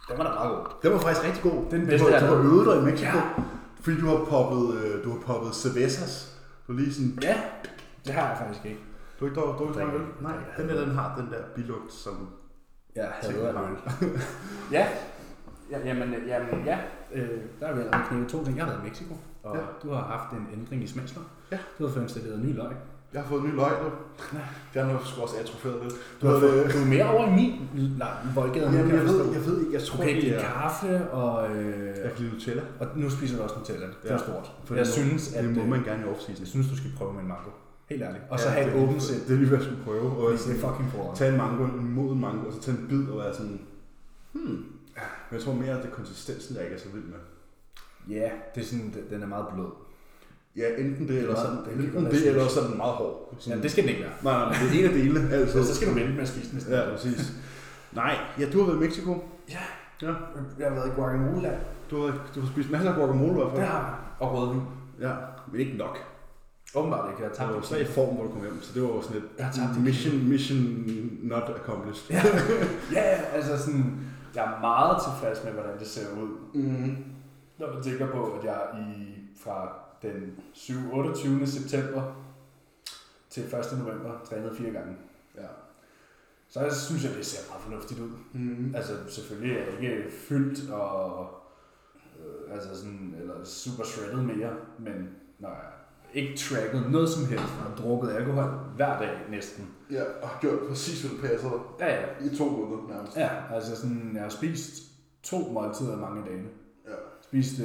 Den var da meget god. Den var faktisk rigtig god. Den bedste, du har øvet dig i Mexico, ja. fordi du har poppet cervezas. Du lige sådan... Ja, det har jeg faktisk ikke. Du ikke dog øl? Nej, den har den der bilugt, som... Jeg hader øl. Ja. Jamen, ja. Der har vi allerede knækket 2 ting. Jeg har været i Mexico, og du har haft en ændring i smagsløg. Ja. Du har fået installeret ny løg. Jeg har fået en ny løg nu. Det har nok sgu også atroferet lidt. Du er mere over i min voldgade. Jamen, jeg ved ikke. Jeg tror, du kan ikke lide kaffe, og... jeg kan lide Nutella. Og nu spiser du også Nutella. Det er stort. For jeg synes, at... Det må man gerne i off-season. Jeg synes, du skal prøve med en mango. Helt ærligt. Og så have et åbent sæt. Det er lige, hvad jeg skulle prøve. Og det er fucking forret. Tage en mango, en moden mango, og så tage en bid og være sådan... Men jeg tror mere, at det er konsistensen, jeg ikke er så vild med. Ja, det er sådan, den er meget blød. Ja, enten det, eller sådan, eller så er den meget hård. Ja, det skal den ikke være. Nej, det er en af delene. Altså. Så skal du vente med at spise den. Ja, præcis. Nej, du har været i Mexico. Ja. Jeg har været i Guacamole. Du har spist masser af guacamole i hvert fald. Det har jeg. Og rødvin. Ja, men ikke nok. Åbenbart ikke. Jeg tabte det. I form, hvor du kom hjem, så det var jo sådan et mission not accomplished. Ja, altså sådan, jeg er meget tilfreds med, hvordan det ser ud. Når man tænker på, at jeg fra den 28. september til 1. november trænede 4 gange. Ja. Så jeg synes, at det ser meget fornuftigt ud. Altså selvfølgelig er jeg ikke fyldt og altså sådan, eller super shredded mere, men når jeg ikke tracket noget som helst, og drukket alkohol hver dag næsten. Ja, og har gjort præcis, hvad du passer dig. Ja. I 2 måneder nærmest. Ja, altså sådan, jeg har spist 2 måltider mange dage. Ja. Spist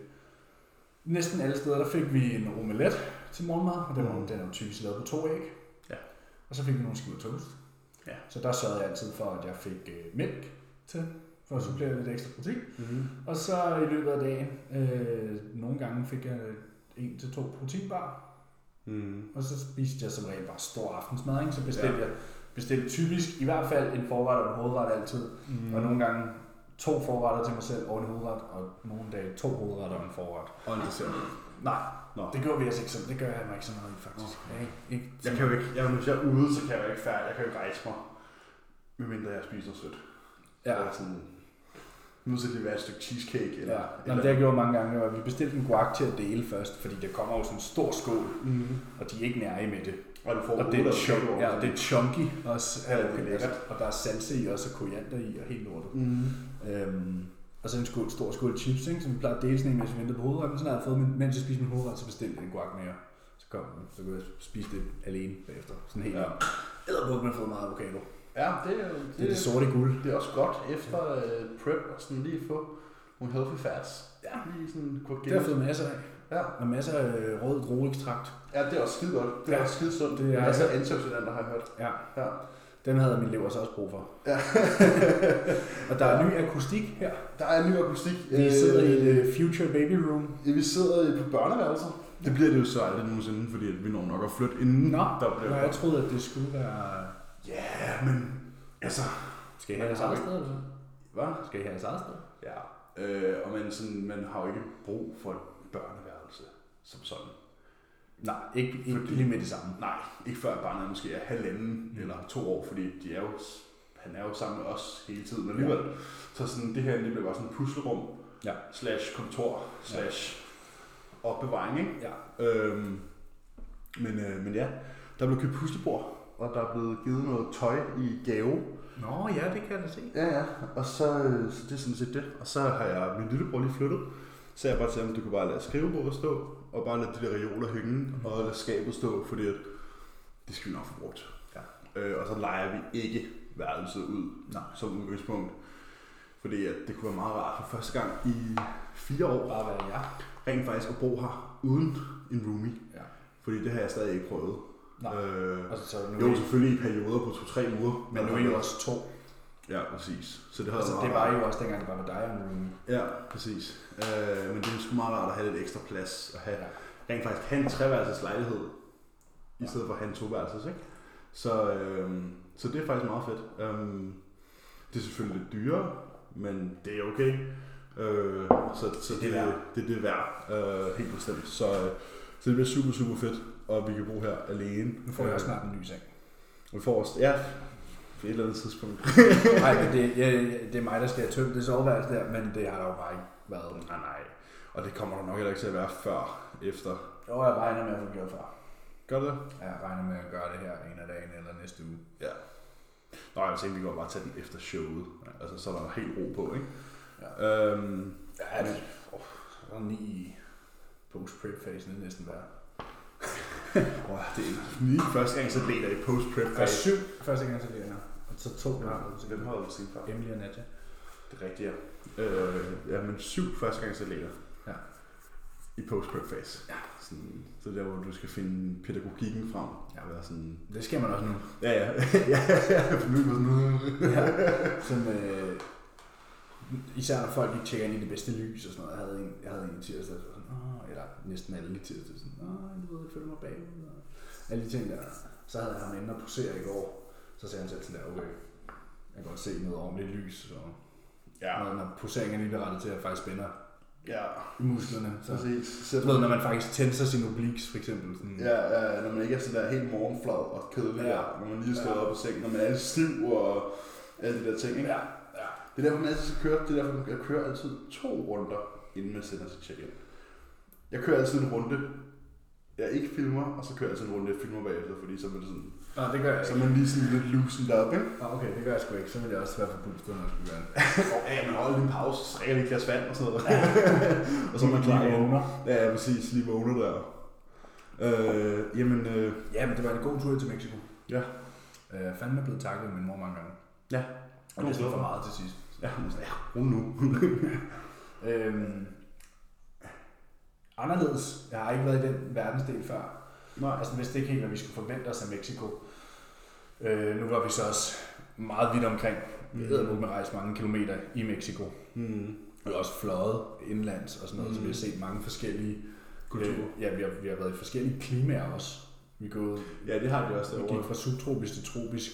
næsten alle steder, der fik vi en omelet til morgenmad, og den er jo typisk lavet på 2 æg. Ja. Og så fik vi nogle skiver toast. Ja. Så der sørgede jeg altid for, at jeg fik mælk til, for at supplere lidt ekstra protein. Og så i løbet af dagen, nogle gange fik jeg 1 til 2 proteinbar. Og så spiste jeg som regel bare stor aftensmad, ikke? Så bestilte typisk i hvert fald en forret og en hovedret altid. Og nogle gange 2 forretter til mig selv og en hovedret, og nogle dage 2 hovedretter og en forret. Og en dessert? Nej, det gør vi altså ikke sådan. Det gør jeg mig ikke så meget i, faktisk. Jeg kan jo ikke, hvis jeg er ude, så kan jeg jo ikke jeg kan jo ikke rejse mig, medmindre jeg spiser sødt. Ja. Eller sådan, nu skal det være et stykke cheesecake. Eller, ja. Eller det har jeg gjort mange gange, og vi bestilte en guac til at dele først, fordi der kommer jo sådan en stor skål, og de er ikke nærige med det. Og det er chunky også, og der er salsa i også, og koriander i, og helt lortet. Og så en stor skål chips, ikke, som vi plejer at dele sådan en, mens vi venter på hovedretten. Sådan har jeg fået, mens jeg spiste min hovedret, så bestilte jeg en guac mere. Så kunne jeg spise det alene bagefter. Sådan helt edderbuk, man har fået meget avocado. Ja, det er det sorte guld. Det er også godt efter prep og sådan lige få nogle healthy fats. Ja, lige sådan det har jeg fået masser af. Ja. Og masser af rød drueekstrakt. Ja, det er også skide godt. Det er også skide sundt. Det er masser af antioxidanter, har jeg hørt. Ja. Den havde min lever så også brug for. Ja. Og der er ny akustik her. Der er ny akustik. Vi sidder i et future baby room. Vi sidder på børneværelser. Det bliver det jo så aldrig nogensinde, fordi vi når nok at flytte inden. Der bliver jeg troede, at det skulle være... Ja, men altså... Skal I have jeres eget sted, eller så? Hvad? Skal I have jeres eget sted? Ja. Og man har jo ikke brug for et børneværelse som sådan. Nej, ikke lige med det samme. Nej, ikke før barnet måske er 1,5 eller 2 år, fordi han er jo sammen med os hele tiden alligevel. Ja. Så sådan, det her det bliver bare sådan et puslerum, slash kontor, slash opbevaring, ikke? Ja. Men ja, der blev købt puslebord, og der er blevet givet noget tøj i gave. Nå ja, det kan jeg da se. Ja, og så det er sådan set det. Og så har jeg min lillebror lige flyttet, så jeg bare til ham, du kan bare lade skrivebordet stå, og bare lade de der reoler hænge, og lade skabet stå, fordi at det skal vi nok få brugt. Ja. Og så leger vi ikke værelset ud som udgangspunkt. Fordi at det kunne være meget rart for første gang i 4 år. Bare være rent faktisk at bo her uden en roomie. Ja. Fordi det har jeg stadig ikke prøvet. Altså, jo, selvfølgelig i perioder på 2-3 uger. Men nu er I jo også 2. Ja, præcis. Så det, det var jo også dengang, det bare var dig og en roomie. Ja, præcis. Men det er sgu meget rart at have lidt ekstra plads. Og rent faktisk have en 3-værelses lejlighed, i stedet for at have en 2-værelses, ikke? Så det er faktisk meget fedt. Det er selvfølgelig lidt dyrere, men det er okay. Så det er værd, helt bestemt. Så det bliver super, super fedt, og vi kan bo her alene. Nu får jeg også snart en ny seng. Vi får også, ja, et eller andet tidspunkt. Nej, men det er mig, der skal have tømt det soveværelse der, men det har der jo bare ikke været. Nej. Og det kommer der nok heller ikke til at være før, efter. Jo, jeg regner med at få gjort før. Gør det? Ja, jeg regner med at gøre det her en af dagene eller næste uge. Ja. Nå, jeg tænkte, vi går bare tage den efter showet. Altså, så er der helt ro på, ikke? Ja. Ja, det er 9 post-prep-fasen, det næsten værd. Det er 9 førstegangsatleter i post-prep-fasen. 7 førstegangsatleter, og så 2 Hvem har du set før? Emily og Nadja. Det er rigtigt, ja. Ja, men 7 førstegangsatleter. Ja. I post-prep-fase. Ja. Sådan, så der, hvor du skal finde pædagogikken frem. Ja. Være sådan... Det skal man også nu. Ja. Som, især når folk ikke tjekker ind i det bedste lys og sådan noget. Jeg havde en i tirsdag, så sådan, eller næsten alle i tirsdag, sådan, du ved, følger mig bagud. Og alle de ting der. Så havde jeg ham inde og posere i går. Så sagde han selv sådan der, okay, jeg kan godt se noget ordentligt lys. Så når poseringen lige bliver rettet til, at jeg faktisk spænder i musklerne. Så du ved, når man faktisk tænder sin obliques, for eksempel. Sådan. Ja, når man ikke er sådan der helt morgenflad og kedelig, når man lige skal op på sengen, når man er lidt stiv og alle de der ting, ikke? Ja. Det er derfor, man altid skal køre. Det er derfor, jeg kører altid 2 runder, inden man sender sig check-in. Jeg kører altid en runde, jeg ikke filmer, og så kører jeg altid en runde, jeg filmer bagefter, fordi så er det sådan... Nå, det gør jeg så er man lige sådan lidt loosened up, ikke? Okay, det gør jeg sgu ikke. Så vil jeg også være forpustet, når jeg skulle gøre det. Ja, man holder lige en pause, så drikker lige et glas vand og sådan noget. Og så er man klar igen. Ja, præcis. Lige vågner der. Ja, men det var en god tur til Mexico. Ja. Fandme blevet takket af min mor mange gange. Ja. Og det er for meget til sidst. Ja, nu. Anderledes. Jeg har ikke været i den verdensdel før. Nej. Altså, vidste ikke helt, hvad vi skulle forvente os af Mexico. Nu var vi så også meget vidt omkring. Vi havde med rejse mange kilometer i Mexico. Og også fløjet indlands og sådan noget, så vi har set mange forskellige kulturer. Vi har været i forskellige klimaer også. Vi det har vi også. Vi gik fra subtropisk til tropisk.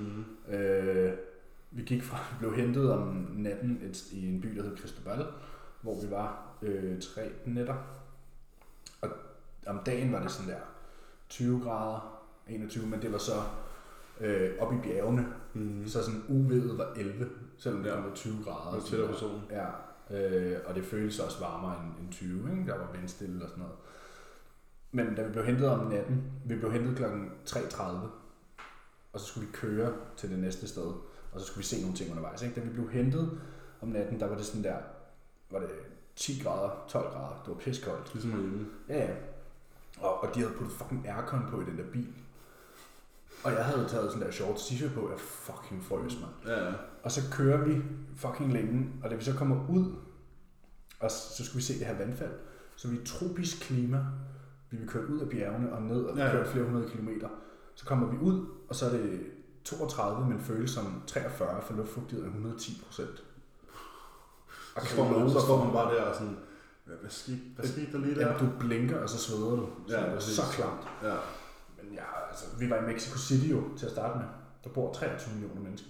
Vi blev hentet om natten i en by, der hed Cristobal, hvor vi var 3 nætter. Og om dagen var det sådan der 20 grader, 21, men det var så op i bjergene. Så sådan UV'et var 11, selvom det var 20 grader. Og tættere på solen. Ja, og det føltes også varmere end 20, ikke? Der var vindstille og sådan noget. Men da vi blev hentet om natten, vi blev hentet kl. 3:30, og så skulle vi køre til det næste sted, og så skulle vi se nogle ting undervejs. Ikke? Da vi blev hentet om natten, der var det sådan der, var det 10 grader, 12 grader, det var pissekoldt. Ligesom herhjemme. Ja. Og de havde puttet fucking aircon på i den der bil. Og jeg havde taget sådan der shorts t-shirt på, jeg fucking frøs, mand. Ja. Og så kører vi fucking længe, og da vi så kommer ud, og så skulle vi se det her vandfald, så vi er i tropisk klima, vi kørt ud af bjergene og ned og kørt flere hundrede kilometer. Så kommer vi ud, og så er det 32, men føles som 43, for luftfugtighed er 110%. Og så står man bare der og sådan, hvad skete der lige der? Ja, du blinker, og så sveder du. Så klamt. Ja. Men altså, vi var i Mexico City jo, til at starte med. Der bor 23 millioner mennesker.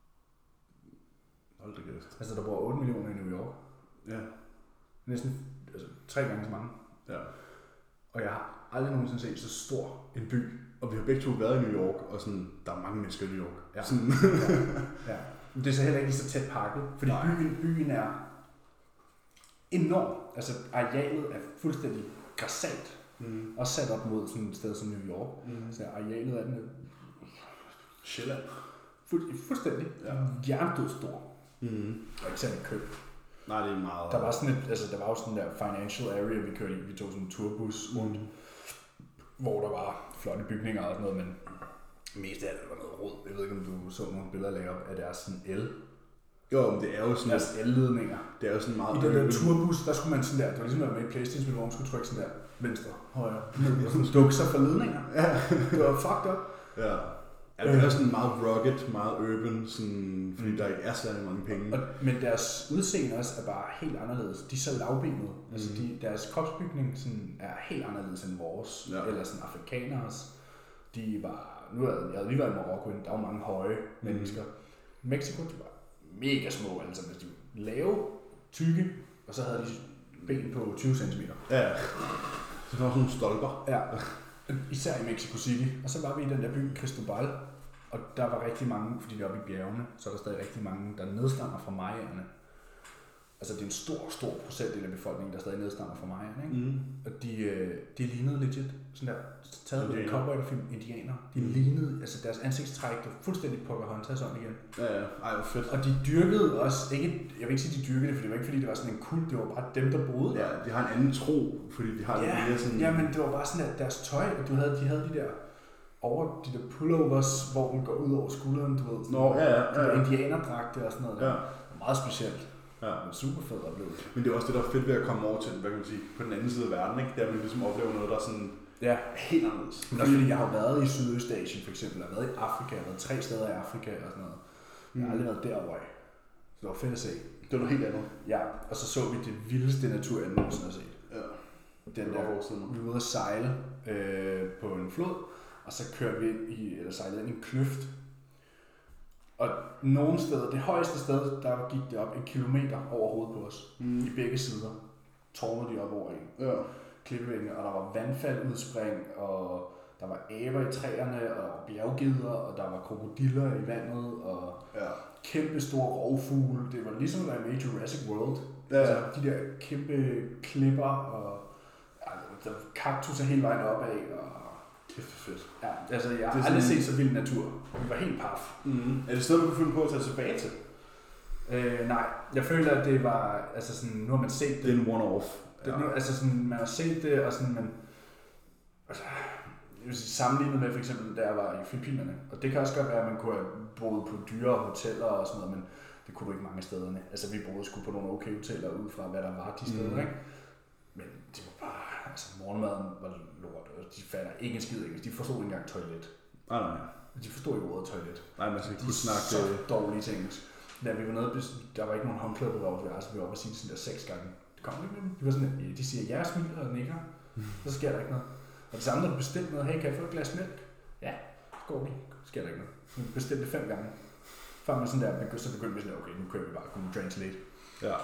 Hold da kæft. Altså, der bor 8 millioner i New York. Ja. Næsten 3 gange så mange. Ja. Og jeg har aldrig nogensinde set så stor en by. Og vi har begge to været i New York, og sådan, der er mange mennesker i New York. Ja. Ja. Men det er så heller ikke så tæt pakket, fordi byen er enorm. Altså, arealet er fuldstændig grassat. Og sat op mod sådan et sted som New York. Så arealet er den Sjælland. Fuldstændig. Jerndød stor. Og ikke særlig køb. Nej, det er meget... Der var sådan der var jo sådan der financial area, vi kørte i. Vi tog sådan en turbus rundt, hvor der var flotte bygninger og sådan noget, men mest af det var noget rod. Jeg ved ikke, om du så nogle billeder lagde op af deres sådan el. Jo, men det er jo sådan... Deres elledninger. Det er jo sådan meget... I den der turbus, der skulle man sådan der, det var ligesom at være med i PlayStation, hvor man skulle trykke sådan der, venstre, højre, ned, og sådan dukke sig for ledninger. Ja. Det var fucked up. Ja. Ja, det er sådan meget rugged, meget urban, sådan, fordi der ikke er særlig mange penge. Men deres udseende også er bare helt anderledes. De er så lavbenede. Altså deres kropsbygning sådan, er helt anderledes end vores, eller sådan afrikaneres. De var, jeg havde lige været i Marokko, der var mange høje mennesker. Mexico, de var mega små, altså de var lave, tykke, og så havde de ben på 20 cm. Ja, så var sådan nogle stolper. Ja, især i Mexico City. Og så var vi i den der by, Cristobal, Og der var rigtig mange, fordi det er oppe i bjergene, så er der stadig rigtig mange, der nedstammer fra mayaerne. Altså det er en stor procentdel af befolkningen, der stadig nedstammer fra mayaerne, ikke? Mm. Og de lignede legit, sådan der, taget med en cowboy-film, indianer. De lignede, altså deres ansigtstræk, det var fuldstændig Pocahontas om igen. Ja, ej, hvor fedt. Og de dyrkede også, ikke, jeg vil ikke sige, de dyrkede det, for det var ikke fordi, det var sådan en kult, det var bare dem, der boede der. Ja, de har en anden tro, fordi de har lidt mere sådan... Ja, men det var bare sådan, at deres tøj, og de havde de der over de der pullovers, hvor den går ud over skulderen, du ved. Nå, ja. Indianerdragte og sådan noget der. Ja. Meget specielt. Ja. En super fed oplevelse. Men det er også det, der er fedt ved at komme over til, hvad kan man sige, på den anden side af verden, ikke? Der man ligesom oplever noget, der er sådan helt anderledes. Men også fordi jeg har været i Sydøstasien for eksempel, jeg har været i Afrika, jeg har været 3 steder i Afrika og sådan noget. Jeg har aldrig været derovre. Så det var fedt at se. Det var noget helt andet. Ja, og så vi det vildeste natur, jeg nogensinde har set. Ja. Den der, vi var ude at sejle på en flod, og så kørte vi sejlede ind i en kløft. Og nogle steder, det højeste sted, der gik det op 1 kilometer over hovedet på os. I begge sider. Tårnede de op over en. Ja. Klippevæggene, og der var vandfaldudspring, og der var aber i træerne, og der var bjerggeder, og der var krokodiller i vandet, og kæmpe store rovfugle. Det var ligesom der i Jurassic World. Ja. Altså de der kæmpe klipper, og der var kaktuser hele vejen opad, og det er fedt. Ja, altså jeg har aldrig set så vild natur. Vi var helt paf. Mm-hmm. Er det et sted, du kunne finde på at tage tilbage til? Nej, jeg føler, at det var, altså sådan, nu har man set det. Det er en one-off. Det, nu, altså sådan, man har set det, og sådan, altså, jeg vil sige, sammenlignet med for eksempel, da jeg var i Filippinerne. Og det kan også godt være, at man kunne have boet på dyre hoteller og sådan noget, men det kunne du ikke mange stederne. Altså vi boede sgu på nogle okay hoteller ud fra, hvad der var de steder, ikke? Men det var bare, altså morgenmaden var lort, og de fatter ikke en skid engelsk. De forstod ikke engang toilet. Nej. De forstod ikke ordet toilet. Nej, man skal kunne snakke så dårlige til engelsk. Da vi var nede, der var ikke nogen håndklæder på vores værelse, vi var oppe og sige sådan der 6 gange. Det kom ikke med dem. De var sådan, de siger, ja, smiler og nikker. Så sker der ikke noget. Og hvis andre bestilte noget, hey, kan jeg få et glas mælk? Ja, så går vi. Sker der ikke noget. Vi bestilte det 5 gange. Før man sådan der, så begyndte vi sådan, okay, nu kører vi bare Google Translate. Ja.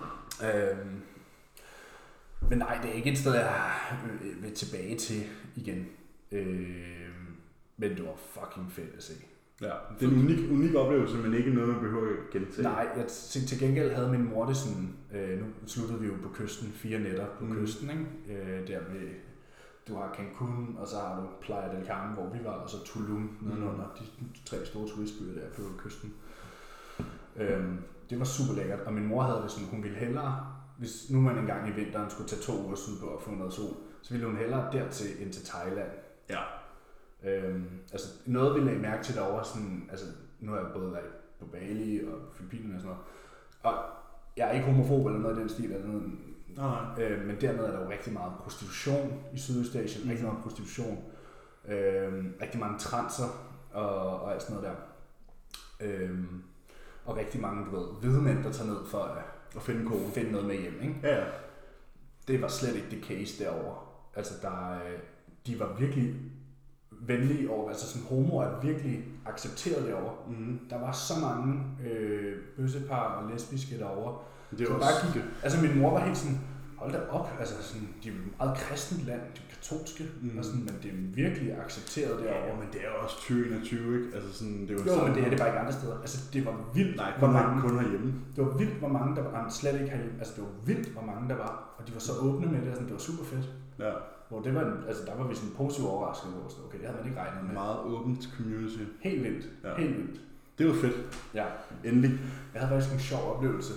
Men nej, det er ikke et sted, jeg vil tilbage til igen. Men det var fucking fedt at se. Ja, det er en unik oplevelse, men ikke noget, man behøver at gentage. Nej, til gengæld havde min mor det sådan, nu sluttede vi jo på kysten, 4 nætter på kysten, ikke? Der med, du har Cancun, og så har du Playa del Carmen, hvor vi var, og så Tulum nedenunder, de 3 store turistbyer der på kysten. Det var super lækkert, og min mor havde det sådan, hun ville hellere, hvis nu man engang i vinteren skulle tage 2 uger sydpå og få noget sol, så ville hun hellere dertil end til Thailand. Ja. Altså noget vi lagde mærke til derovre, sådan, altså nu har jeg både været på Bali og Filippinerne og sådan noget, og jeg er ikke homofob eller noget i den stil eller noget, men dernede er der jo rigtig meget prostitution i Sydøstasien, rigtig meget prostitution, rigtig mange transer og alt sådan noget der, og rigtig mange, du ved, hvide mænd, der tager ned for at finde noget med hjem, ikke? Ja. Det var slet ikke det case derovre. Altså de var virkelig venlige over, altså sådan homo er virkelig accepteret derovre. Der var så mange bøssepar og lesbiske derovre. Det var bare gik, altså min mor var helt sådan, hold da op, altså sådan, de er et meget kristent land, de er katolske, og sådan, men det er virkelig accepteret derovre. Ja, men det er også 2021, ikke? Altså sådan, det var jo, men det er det bare ikke andre steder. Altså det var vildt, hvor mange kun herhjemme. Det var vildt, hvor mange der var, slet ikke herhjemme. Altså det var vildt, hvor mange der var, og de var så åbne med det, altså det var super fedt. Ja. Hvor det var, altså der var vi sådan positivt overrasket over, så okay, det havde man ikke regnet med. Meget åbent community. Helt vildt, helt vildt. Det var fedt. Ja. Endelig. Jeg havde faktisk en sjov oplevelse.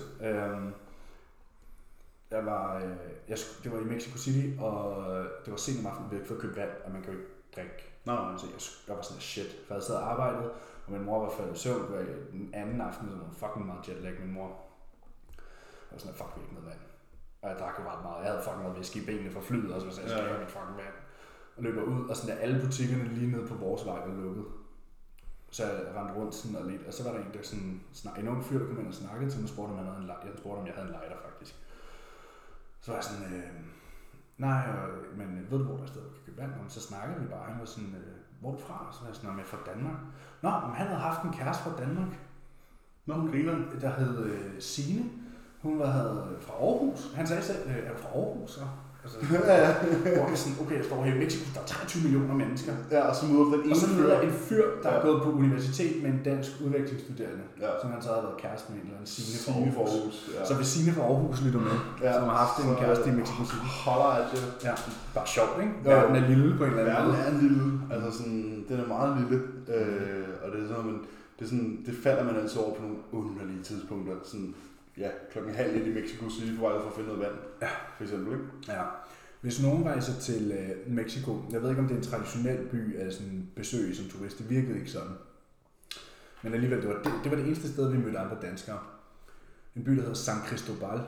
Det var i Mexico City, og det var sent om aftenen, vi havde ikke fået købt vand, og man kan jo ikke drikke. Nej. Så jeg var sådan, shit, for jeg havde siddet og arbejdet, og min mor var faldet i søvn den anden aften, så var fucking meget jetlag, min mor. Jeg var sådan, fuck, vi ikke noget vand. Og jeg drak jo ret meget. Jeg havde fucking noget whisky i benene fra flyet, og så sagde jeg, skal have mit fucking vand. Og løber ud, og sådan der, alle butikkerne lige nede på vores vej var lukket. Så jeg rendte rundt sådan og lidt, og så var der en, der sådan, en ung fyr, der kom ind og snakkede til mig, og spurgte, om jeg havde en lighter faktisk. Så var jeg sådan, nej, men ved du, hvor der er sted, du kan købe vand? Og så snakkede vi bare, han var sådan, hvor er du fra? Og så var jeg sådan, jeg er fra Danmark. Nå, men han havde haft en kæreste fra Danmark. Nå, grineren. Der hed Signe. Hun var fra Aarhus. Han sagde selv, er du fra Aarhus? Så Altså, hvor det er sådan, okay, jeg står her i Mexico, der er 23 millioner mennesker. Ja, og så møder den ene og så møder en fyr, der er gået på universitet med en dansk udvekslingsstuderende, som han så har været kæreste med en eller anden Signe fra Aarhus. Ja. Så hvis Signe fra Aarhus lytter med, som har haft en kæreste i Mexico City. Holder af det. Ja, bare sjovt, ikke? Verden er lille på en eller anden måde. Verden er lille, altså sådan, den er meget lille, og det er sådan, men det falder man altså over på nogle underlige tidspunkter, sådan, ja, 12:30 i Mexico City på vej for at finde noget vand, for eksempel, ikke? Ja. Hvis nogen rejser til Mexico, jeg ved ikke om det er en traditionel by af sådan besøg som turist, det virkede ikke sådan. Men alligevel, det var det eneste sted, vi mødte andre danskere. En by, der hedder San Cristobal.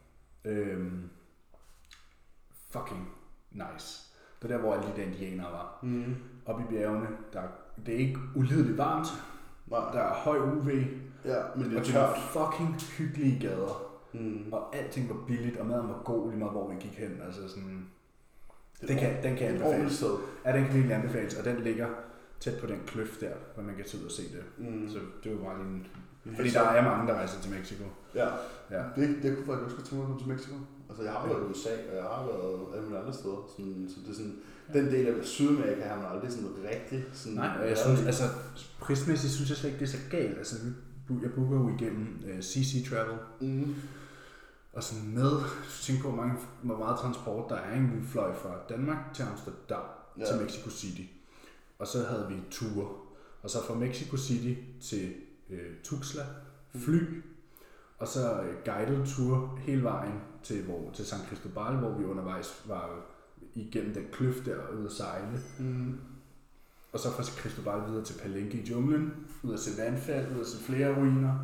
Fucking nice. Det er der, hvor alle de der indianere var. Mm. Oppe i bjergene, det er ikke ulideligt varmt. Nej. Der er høj UV. Ja, men det er og det var fucking hyggelige gader. Og alting var billigt, og maden var god lige meget, hvor vi gik hen. Altså sådan, den kan anbefales. Ja, den kan virkelig anbefales, og den ligger tæt på den kløft der, hvor man kan tage ud og se det. Så det var bare lige fordi der er mange, der rejser til Mexico. Ja. Det kunne faktisk også tænke mig at komme til Mexico. Altså, jeg har været i USA, og jeg har været alle andre steder. Så det er sådan, den del af Sydamerika har man aldrig sådan rigtig... Sådan, nej, og jeg synes, altså prismæssigt synes jeg slet ikke, det er så galt. Altså, jeg booker jo igennem CC Travel. Og sådan med, tænk på, hvor meget transport der er. Vi fløj fra Danmark til Amsterdam til Mexico City. Og så havde vi ture. Og så fra Mexico City til Tuxtla, fly. Og så guided tour hele vejen til San Cristobal, hvor vi undervejs var igennem den kløft der ud at sejle. Og så fra Cristobal videre til Palenque i junglen, ud at se vandfald, ud at se flere ruiner.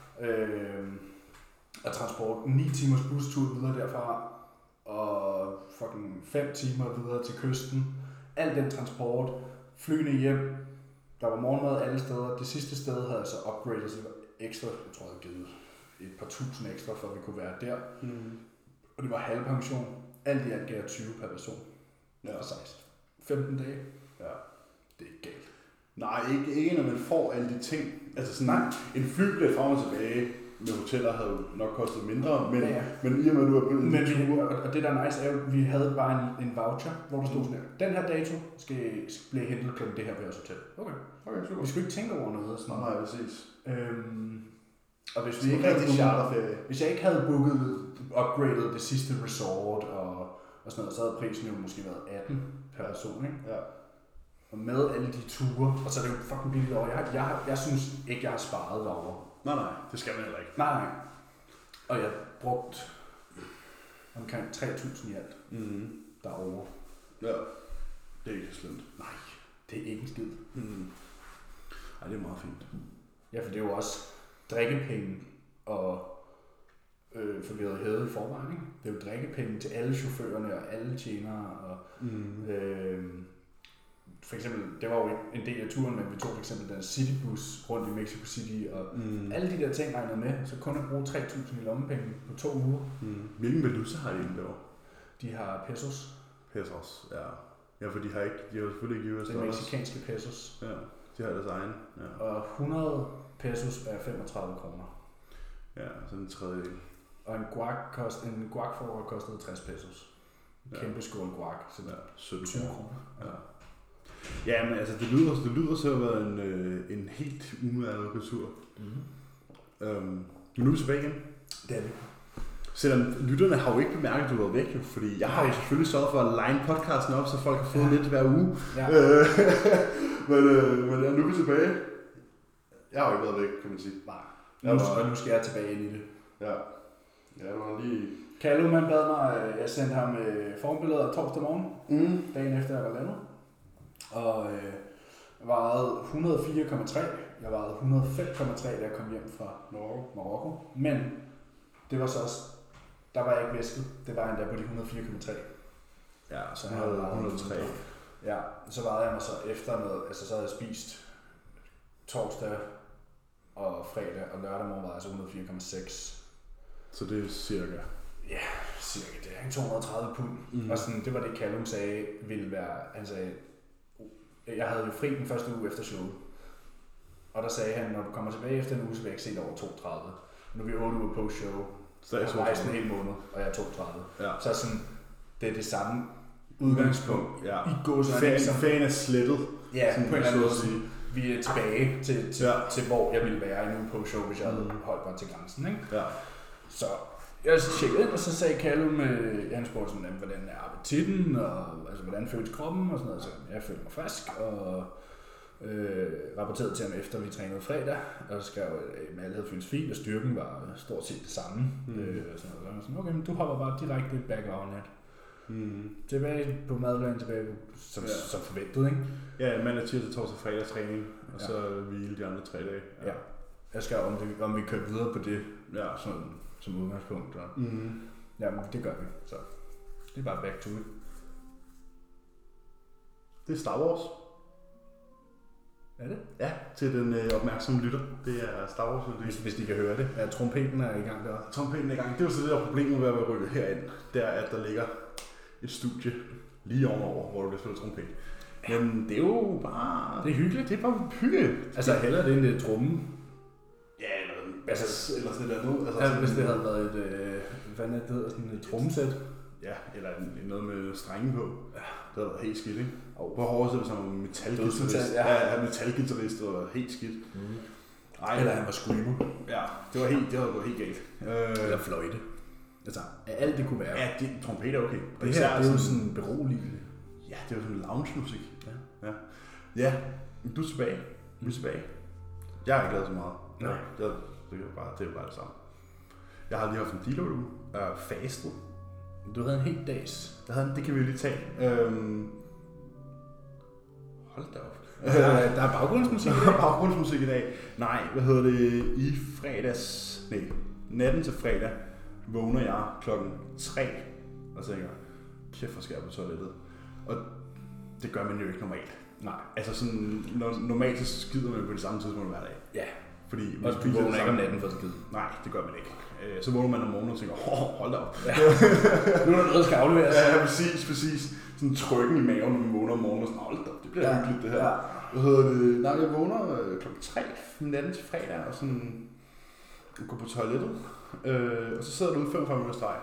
Og transport 9 timers bustur videre derfra, og fucking 5 timer videre til kysten. Al den transport, flyene hjem, der var morgenmad alle steder. Det sidste sted havde jeg så upgradet, så det var ekstra, jeg tror jeg havde givet et par tusind ekstra, for at vi kunne være der. Og det var halvpension. Alt i alt gav jeg 20 per person. Og 15 dage. Ja, det er ikke galt. Nej, ikke når man får alle de ting. Altså sådan en flybillet frem og tilbage med hoteller havde jo nok kostet mindre, men i og med, at du har blevet og det der er nice er jo, at vi havde bare en voucher, hvor der stod sådan her, den her dato skal blive hentet klokken det her på jeres hotel. Okay, super. Vi skulle ikke tænke over noget. Sådan. Nej, præcis. Og hvis vi ikke havde hvis jeg ikke havde booket upgradet det sidste resort og sådan noget, så havde prisen jo måske været 18 per person, ikke? Ja. Og med alle de ture, og så er det jo fucking billigt over. Jeg synes ikke, jeg har sparet derovre. Nej, det skal man heller ikke. Nej. Og jeg brugte omkring 3.000 i alt derovre. Ja, det er ikke så slemt. Nej, det er ikke en skid. Ej, det er meget fint. Ja, for det er jo også drikkepenge og for vi havde hævet i forvejen, ikke? Det er jo drikkepenge til alle chaufførerne og alle tjenere og for eksempel, det var jo en del af turen, men vi tog for eksempel den citybus rundt i Mexico City, og alle de der ting regnet med, så kun at bruge 3.000 i lommepenge på 2 uger. Hvilken valuta har de derovre? De har pesos. Pesos, ja. Ja, for de har selvfølgelig ikke US dollars. Det er mexicanske pesos. Ja, de har deres egen. Ja. Og 100 pesos er 35 kroner. Ja, sådan en tredjedel. Og en guac for kostede 60 pesos. En kæmpe skål guac, så der er 20 kroner. Ja. Ja, men altså, det lyder så at være en helt umiddelbar tur. Men nu er vi tilbage igen. Det er vi. Selvom lytterne har jo ikke bemærket, at du var væk, fordi jeg har jo selvfølgelig sørget for at line podcasten op, så folk har fået lidt hver uge. Ja. Men nu er vi tilbage. Jeg har jo ikke været væk, kan man sige. Nej. Nu skal jeg tilbage ind i det. Ja. Ja, det var lige... Kalle, man bad mig, jeg sendte ham formbilleder torsdag morgen, dagen efter jeg var landet. Og jeg vejede 104,3. Jeg vejede 105,3, da jeg kom hjem fra Marokko. Men det var så også, der var jeg ikke væsket. Det var endda på de 104,3. Ja, så jeg havde 103. Ja, så vejede jeg mig så efter noget, altså så havde jeg spist torsdag og fredag og lørdag morgen vejede jeg så 104,6. Så det er cirka? Ja, cirka. Det er 230 pund. Og sådan, det var det Callum sagde ville være, han sagde, jeg havde jo fri den første uge efter showet. Og der sagde han, når du kommer tilbage efter en uge, så vil jeg ikke se dig over 32. Nu er vi 8 uger på show. Så jeg rejst en hel måned, og jeg er 32. Ja. Så sådan, det er det samme udgangspunkt i Ferien er slettet. Ja, på en eller anden måde. Vi er tilbage til hvor jeg ville være i en uge på show, hvis jeg havde holdt mig til grænsen. Ikke? Ja. Så jeg tjekkede ind, og så sagde Callum, han spurgte sådan, hvordan er appetitten, og altså, hvordan føles kroppen og sådan noget. Så jeg følte mig frisk, og rapporterede til ham efter, vi trænede fredag, og skrev, at alle havde føltes fint, og styrken var stort set det samme. Og sådan noget. Så okay, men du hopper bare direkte back on it. Tilbage på madplanen, tilbage som forventet, ikke? Ja, mandag, tirsdag, torsdag, fredag træning, og så hvile de andre 3 dage. Ja. Jeg skal om vi kører videre på det, som udgangspunkt. Og jamen, det gør vi, så det er bare back to it. Det er Star Wars. Er det? Ja, til den opmærksomme lytter. Det er Star Wars. Hvis de kan høre det. Ja, trompeten er i gang der. Trompeten er i gang. Det er jo så det der problem med at være rykket herind. Det er, at der ligger et studie lige ovenover, hvor du bliver spillet trompet. Men det er jo bare... Det er hyggeligt. Det er bare hyggeligt. Altså hellere det end et tromme. Ja, eller sådan noget. Altså, hvis det havde været et... hvad er det hedder? Sådan et trommesæt. Ja, eller noget med strenge på. Ja. Det havde været helt skidt, ikke? Og på hårdt så som metalgitarrist. Ja, metalgitarrist og helt skidt. Eller han var screamer. Ja, det havde gået helt galt. Eller fløjte. Altså, alt det kunne være. Ja, trompet er okay. Og det her, det er jo sådan beroligende. Ja, det er jo sådan lounge-musik. Ja, du er tilbage. Vi er tilbage. Jeg har ikke lavet så meget. Nej. Det er bare det samme. Jeg har lige haft en deload-uge. Fastet. Du havde en hel dags. Det kan vi jo lige tage. Hold da op. Der er baggrundsmusik. Der er baggrundsmusik i dag. Nej, i fredags... Nej, natten til fredag vågner jeg klokken 3 og tænker, kæft for skal jeg på toilettet. Og det gør man jo ikke normalt. Nej. Altså sådan, normalt så skider man på det samme tidspunkt hver dag. Ja. Fordi og du vågner ikke om natten for at skide. Nej, det gør man ikke. Så vågner man om morgenen og tænker, hold da op. Ja. Nu er der noget, der skal afleveres. Ja, præcis. Sådan trykken i maven, når man vågner om morgenen og sådan, hold da op, det bliver hyggeligt det her. Ja. Hvad hedder det? Nej, jeg vågner klokken 3 natten til fredag og sådan går på toilettet. Og så sidder du ude 45 minutter streg.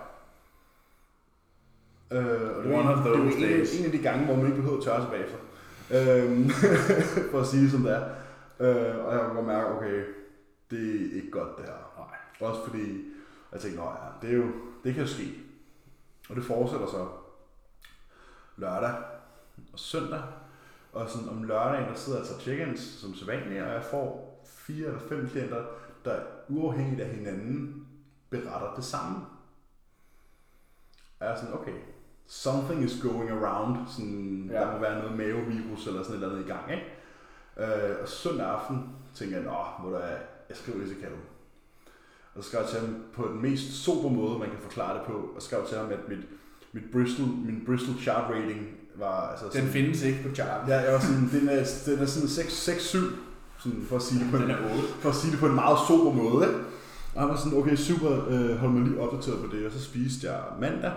Og det er en af de gange, hvor man ikke behøver at tørre sig bagefter. For at sige det som det er. Og jeg kan godt mærke, okay, det er ikke godt det her. Nej. Også fordi, jeg tænkte, det kan jo ske. Og det fortsætter så lørdag og søndag. Og sådan om lørdagen, der sidder altså check-ins som sædvanligt, og jeg får 4 eller 5 klienter, der uafhængigt af hinanden beretter det samme. Og jeg er sådan, okay, something is going around. Sådan, der må være noget mavevirus eller sådan et eller andet i gang, ikke? Og søndag aften tænker jeg, jeg skriver det til Callum. Og så skrev jeg til ham på den mest sober måde, man kan forklare det på, og skrev til ham, at min Bristol chart rating var... Altså, den findes ikke på charten. Ja, jeg var sådan, den er sådan 6-7, sådan for at sige det på den er 8. For at sige det på en meget sober måde, ikke? Og han var sådan, okay, super, hold mig lige opdateret på det, og så spiste jeg mandag.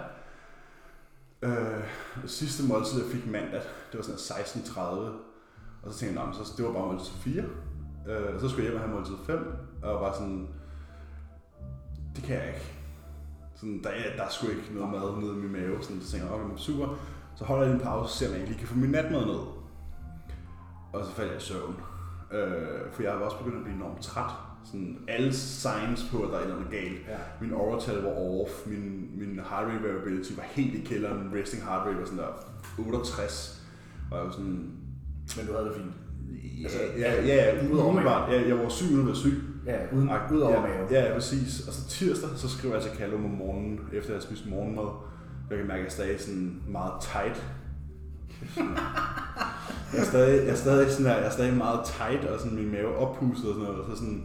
Det sidste måltid, jeg fik mandag, det var sådan 16:30, og så tænkte jeg, det var bare måltid 4. Og så skulle jeg hjem og have måltid 5, og var sådan, det kan jeg ikke. Sådan, der er sgu ikke noget mad nede i min mave, sådan, så tænkte jeg, okay, super, så holder jeg en pause, så ser jeg lige kan få min natmad ned. Og så faldt jeg i søvn, for jeg var også begyndt at blive enormt træt. Sådan alle signs på, at der er et eller andet galt. Ja. Min overtal var off, min heart rate variability var helt i kælderen, resting heart rate var sådan der 68. Og jeg var sådan... Men du havde det fint? Ja, umiddelbart. Jeg var syg uden at være syg. Ja, ud over mave. Ja, præcis. Og så tirsdag, så skriver jeg til Callum om morgenen, efter jeg har spist morgenmad. Jeg kan mærke, at jeg er stadig sådan meget tight. Jeg er stadig meget tight, og sådan min mave oppustet og sådan noget. Og så sådan,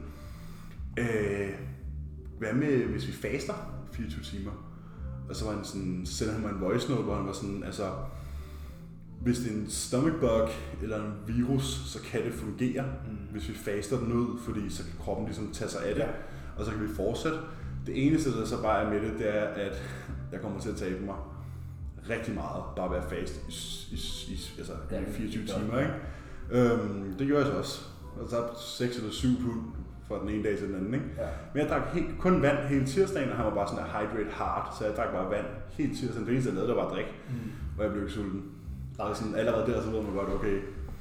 hvad med, hvis vi faster 24 timer? Og så var han sådan, sender han mig en voice note, hvor han var sådan, altså, hvis det er en stomach bug eller en virus, så kan det fungere, hvis vi faster den ud, fordi så kan kroppen ligesom tage sig af det, og så kan vi fortsætte. Det eneste, der så bare er med det, er, at jeg kommer til at tabe mig rigtig meget, bare ved at faste i 24 timer, ikke? Det gjorde jeg så også. Jeg tabte 6 eller 7 pund fra den ene dag til den anden, ikke? Ja. Men jeg drak kun vand hele tirsdagen, og han var bare sådan der hydrate hard, så jeg drak bare vand hele tirsdagen. Det eneste jeg lavede, der var drik, og jeg blev ikke sulten. Og sådan, allerede der, så ved man godt, okay,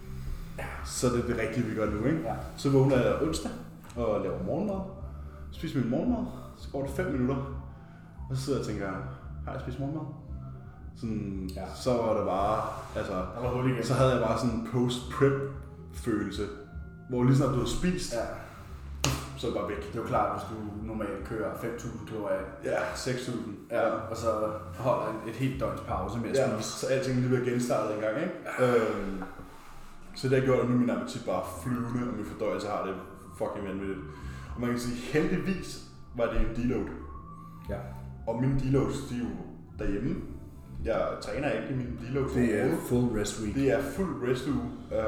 så det er det rigtige, vi gør nu, ikke? Ja. Så vågner jeg onsdag og laver morgenmad, spiser min morgenmad, så går det 5 minutter, og så sidder jeg og tænker, har jeg spist morgenmad? Sådan, så var det bare, altså, så havde jeg bare sådan en post-prep følelse, hvor lige snart du havde spist, så er det bare væk. Det er jo klart, hvis du normalt kører 5.000 kalorier. Ja, 6.000. Ja, og så holder et helt døgns pause med at spise. Så alting lige bliver genstartet en gang, ikke? Ja. Så det har gjort, at nu min appetit bare flyvende, og min fordøjelse har det fucking vanvittigt. Og man kan sige, heldigvis var det en deload. Ja. Og mine deloads, de er jo derhjemme. Jeg træner ikke i mine deloads. Det er full rest week. Det er full rest uge.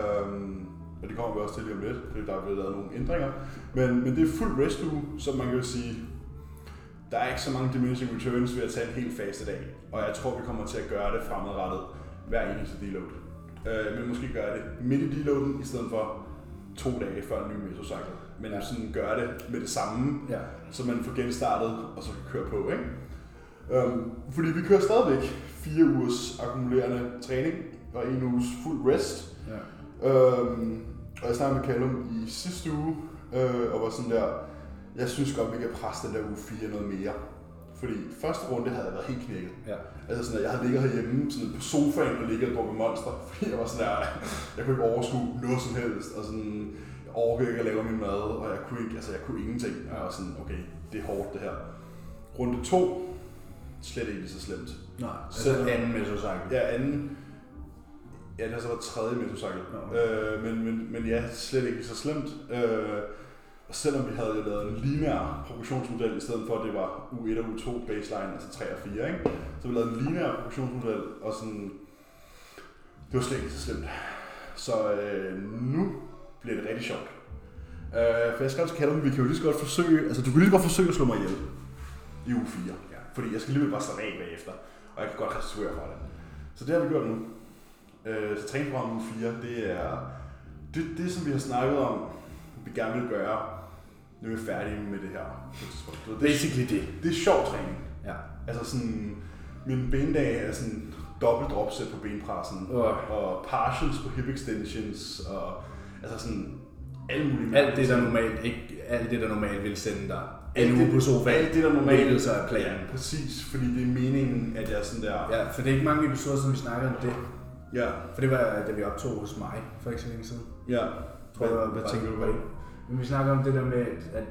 Og det kommer vi også til lige om lidt, fordi der er blevet lavet nogle ændringer. Men det er fuld rest uge, så man kan jo sige, der er ikke så mange diminishing returns ved at tage en helt faste dag. Og jeg tror, vi kommer til at gøre det fremadrettet hver eneste deload. Men måske gøre det midt i deloaden, i stedet for 2 dage før en ny mesocycle. Men sådan gøre det med det samme, så man får genstartet, og så kan køre på, ikke? Fordi vi kører stadigvæk 4 ugers akkumulerende træning, og 1 uges fuld rest. Ja. Og jeg snakkede med Callum i sidste uge, og var sådan der, jeg synes godt, vi kan presse den der uge 4 noget mere. Fordi første runde havde jeg været helt knækket. Ja. Altså sådan, jeg havde ligget herhjemme sådan på sofaen og ligget og drukket Monster, fordi jeg var sådan der, jeg kunne ikke overskue noget som helst, og sådan, jeg orkede ikke at lave min mad, og jeg kunne ikke, jeg kunne ingenting. Og jeg var sådan, okay, det er hårdt det her. Runde 2, slet ikke så slemt. Nej, altså anden mesocycle. Ja, anden. Ja, det har så været 3. mesocycle. Okay. Men ja, slet ikke så slemt. Og selvom vi havde lavet en lineær progressionsmodel, i stedet for at det var U1 og U2 baseline, altså 3 og 4, ikke? Så vi lavede en lineær progressionsmodel, og sådan, det var slet ikke så slemt. Så nu bliver det rigtig sjovt. For jeg skal også kalde dem, vi kan jo lige så godt forsøge, altså du kan lige så godt forsøge at slå mig ihjel i uge 4. Ja. Fordi jeg skal lige bare slappe af bagefter, og jeg kan godt restituere fra det. Så det har vi gjort nu. Så træningsprogrammet uge 4, det er det, som vi har snakket om, vi gerne vil gøre, nu er vi færdige med det her. Basically det. Det er sjov træning. Ja. Altså sådan, min bendag er sådan dobbelt dropset på benpressen, og partials på hip extensions, og altså sådan alle mulige alt det der normalt vil sende dig en uge på sofaen. Alt det der normalt så er planen. Ja, præcis, fordi det er meningen, at jeg er sådan der. Ja, for det er ikke mange episoder, som vi snakker om det. Ja. For det var da vi optog hos mig for ikke så længe siden. Ja. Hvad tænker du på? Men vi snakker om det der med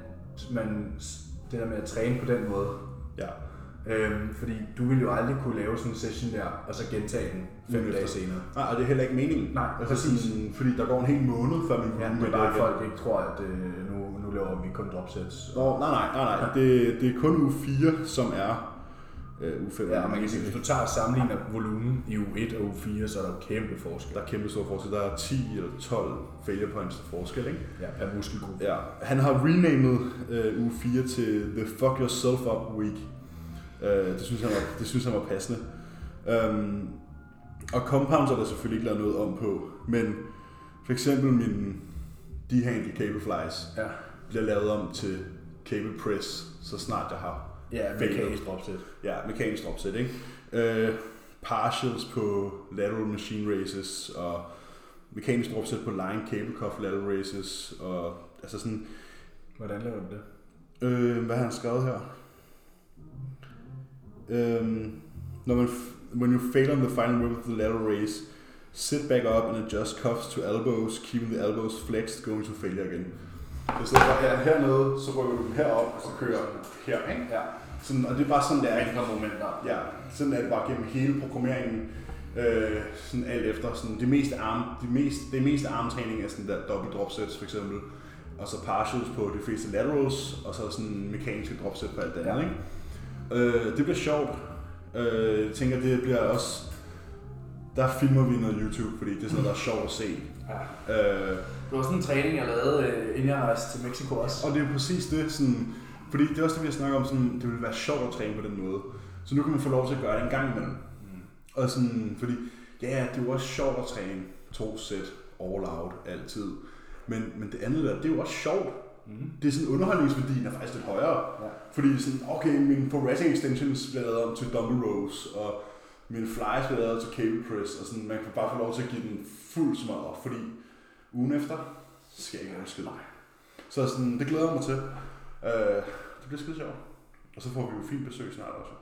at træne på den måde. Ja. Fordi du ville jo aldrig kunne lave sådan en session der, og så gentage den 5 dage senere. Nej, og det er heller ikke meningen. Nej, præcis. Sådan, fordi der går en hel måned, før vi ja, det er bare folk ikke tror, at nu laver vi kun dropsets. Nej. Det er kun uge 4, som er uge 5. Ja, og man kan sige, hvis du tager og sammenligner volumen i uge 1 og uge 4, så er der jo kæmpe forskel. Der er kæmpe stor forskel. Der er 10 eller 12 failure points forskel, ikke? Ja, per muskelgruppe. Ja. Han har renamet uge 4 til The Fuck Yourself Up Week. Det synes han var passende. Og compounds er der selvfølgelig ikke lavet noget om på, men for eksempel min D-handle cable flies bliver lavet om til cable press, så snart jeg har mekanisk dropset. Ja, mekanisk dropset, ikke? Partials på lateral machine races, og mekanisk dropset på line cable cuff lateral races, og altså sådan. Hvordan laver du det? Hvad har han skrevet her? When you fail on the final rep of the lateral race, sit back up and adjust cuffs to elbows, keeping the elbows flexed, going to failure again. Så stedet for hernede, så rykker du dem herop, og så kører her, ikke? Ja. Sådan, og det er bare sådan, der er mindre momenter. Ja, sådan er det bare gennem hele programmeringen, sådan alt efter. Sådan, det meste armtræning er sådan der dobbelt dropsets for eksempel, og så partials på de fleste laterals, og så sådan mekaniske dropset på alt det andet, ikke? Det bliver sjovt. Jeg tænker, det bliver også. Der filmer vi noget YouTube, fordi det er sådan noget, der er sjovt at se. Ja. Det var sådan en træning, jeg lavede, inden jeg rejste til Mexico også. Og det er jo præcis det, sådan, fordi det er også det, vi har snakket om, sådan, det ville være sjovt at træne på den måde. Så nu kan man få lov til at gøre det en gang imellem. Og sådan, fordi, ja, det er jo også sjovt at træne 2 sæt, all out, altid. Men det andet der, det er jo også sjovt. Det er sådan, underholdningsværdien er faktisk lidt højere. Ja. Fordi sådan, okay, min progressing extensions bliver lavet om til dumbbell rows, og min flies bliver lavet til cable press, og sådan, man kan bare få lov til at give den fuld smadret, fordi ugen efter skal jeg ikke lave skid. Så sådan, det glæder jeg mig til. Det bliver skide sjovt. Og så får vi jo fint besøg snart også.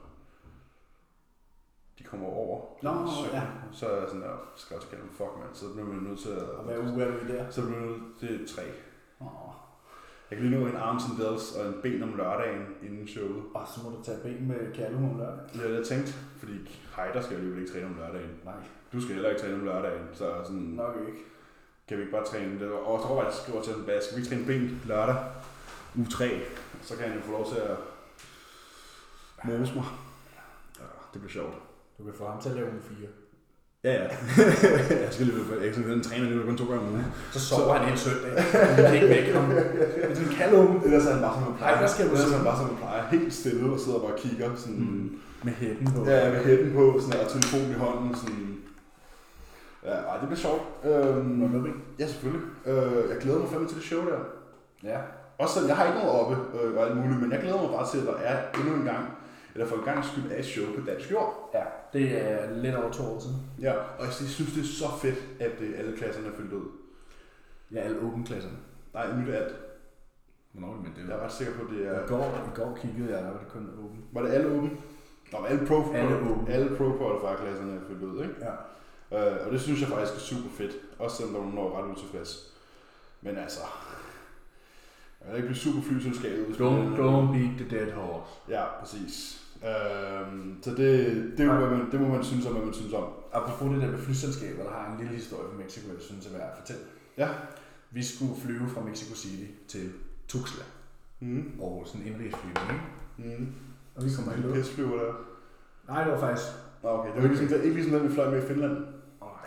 De kommer over. Så er jeg sådan der, skal jeg også kalde dem fuck, mand. Så bliver man nødt til at... Og hvad uge er du i der? Så bliver man nødt til 3. Jeg kan lige nå en arms and delts og en ben om lørdagen inden showet. Og så må du tage ben med Kærlo om lørdagen. Ja, det har jeg tænkt, fordi Heider skal jo ikke træne om lørdagen. Nej. Du skal heller ikke træne om lørdagen, så sådan... Nok ikke. Kan vi ikke bare træne det? Og så jeg skriver til den bag, skal vi ikke træne ben lørdag? Uge 3. Så kan jeg jo få lov til at mose mig. Ja, det bliver sjovt. Du kan få ham til at lave uge 4. Ja. Jeg skal lige den træner lige kun 2 gange om ugen. Så sover han hele søndag. Vi kan ikke vække ham. Det er sådan en kalum. Ellers er han bare som man plejer. Ellers er han bare som man plejer. Helt stille og sidder bare og kigger. Sådan, med hætten på. Ja, med hætten på. Sådan, og telefonen i hånden. Sådan. Ja, det bliver sjovt. Ja, selvfølgelig. Jeg glæder mig fandme til det show der. Ja. Også sådan, jeg har ikke noget oppe og alt muligt, men jeg glæder mig bare til, at der er endnu en gang, eller for en gang skyld er et show på dansk jord. Ja, det er lidt over 2 år siden. Ja, og jeg synes, det er så fedt, at alle klasserne er fyldt ud. Ja, alle åben-klasserne. Nej, nyt alt. Hvornår men det jeg er ret sikker på, det er... I går kiggede jeg, der var det kun åben. Var det alle åben? Nå, men alle pro-qualifier-klasserne er fyldt ud, ikke? Ja. Og det synes jeg faktisk er super fedt. Også selvom der er nogen, ret utilfreds. Men altså... Jeg vil ikke blive super flyselskabet. Don't beat the dead horse. Ja, præcis. Så det må man synes om, hvad man synes om. Apropos det der med flyselskaber, der har en lille historie fra Mexico, jeg synes er værd at fortælle. Ja. Vi skulle flyve fra Mexico City til Tuxtla. Og sådan en indrigsflyvning, ikke? Og vi kommer i luft. Pisflyver der? Nej, det var faktisk... Okay, det var ikke ligesom den, vi fløj med i Finland. Nej.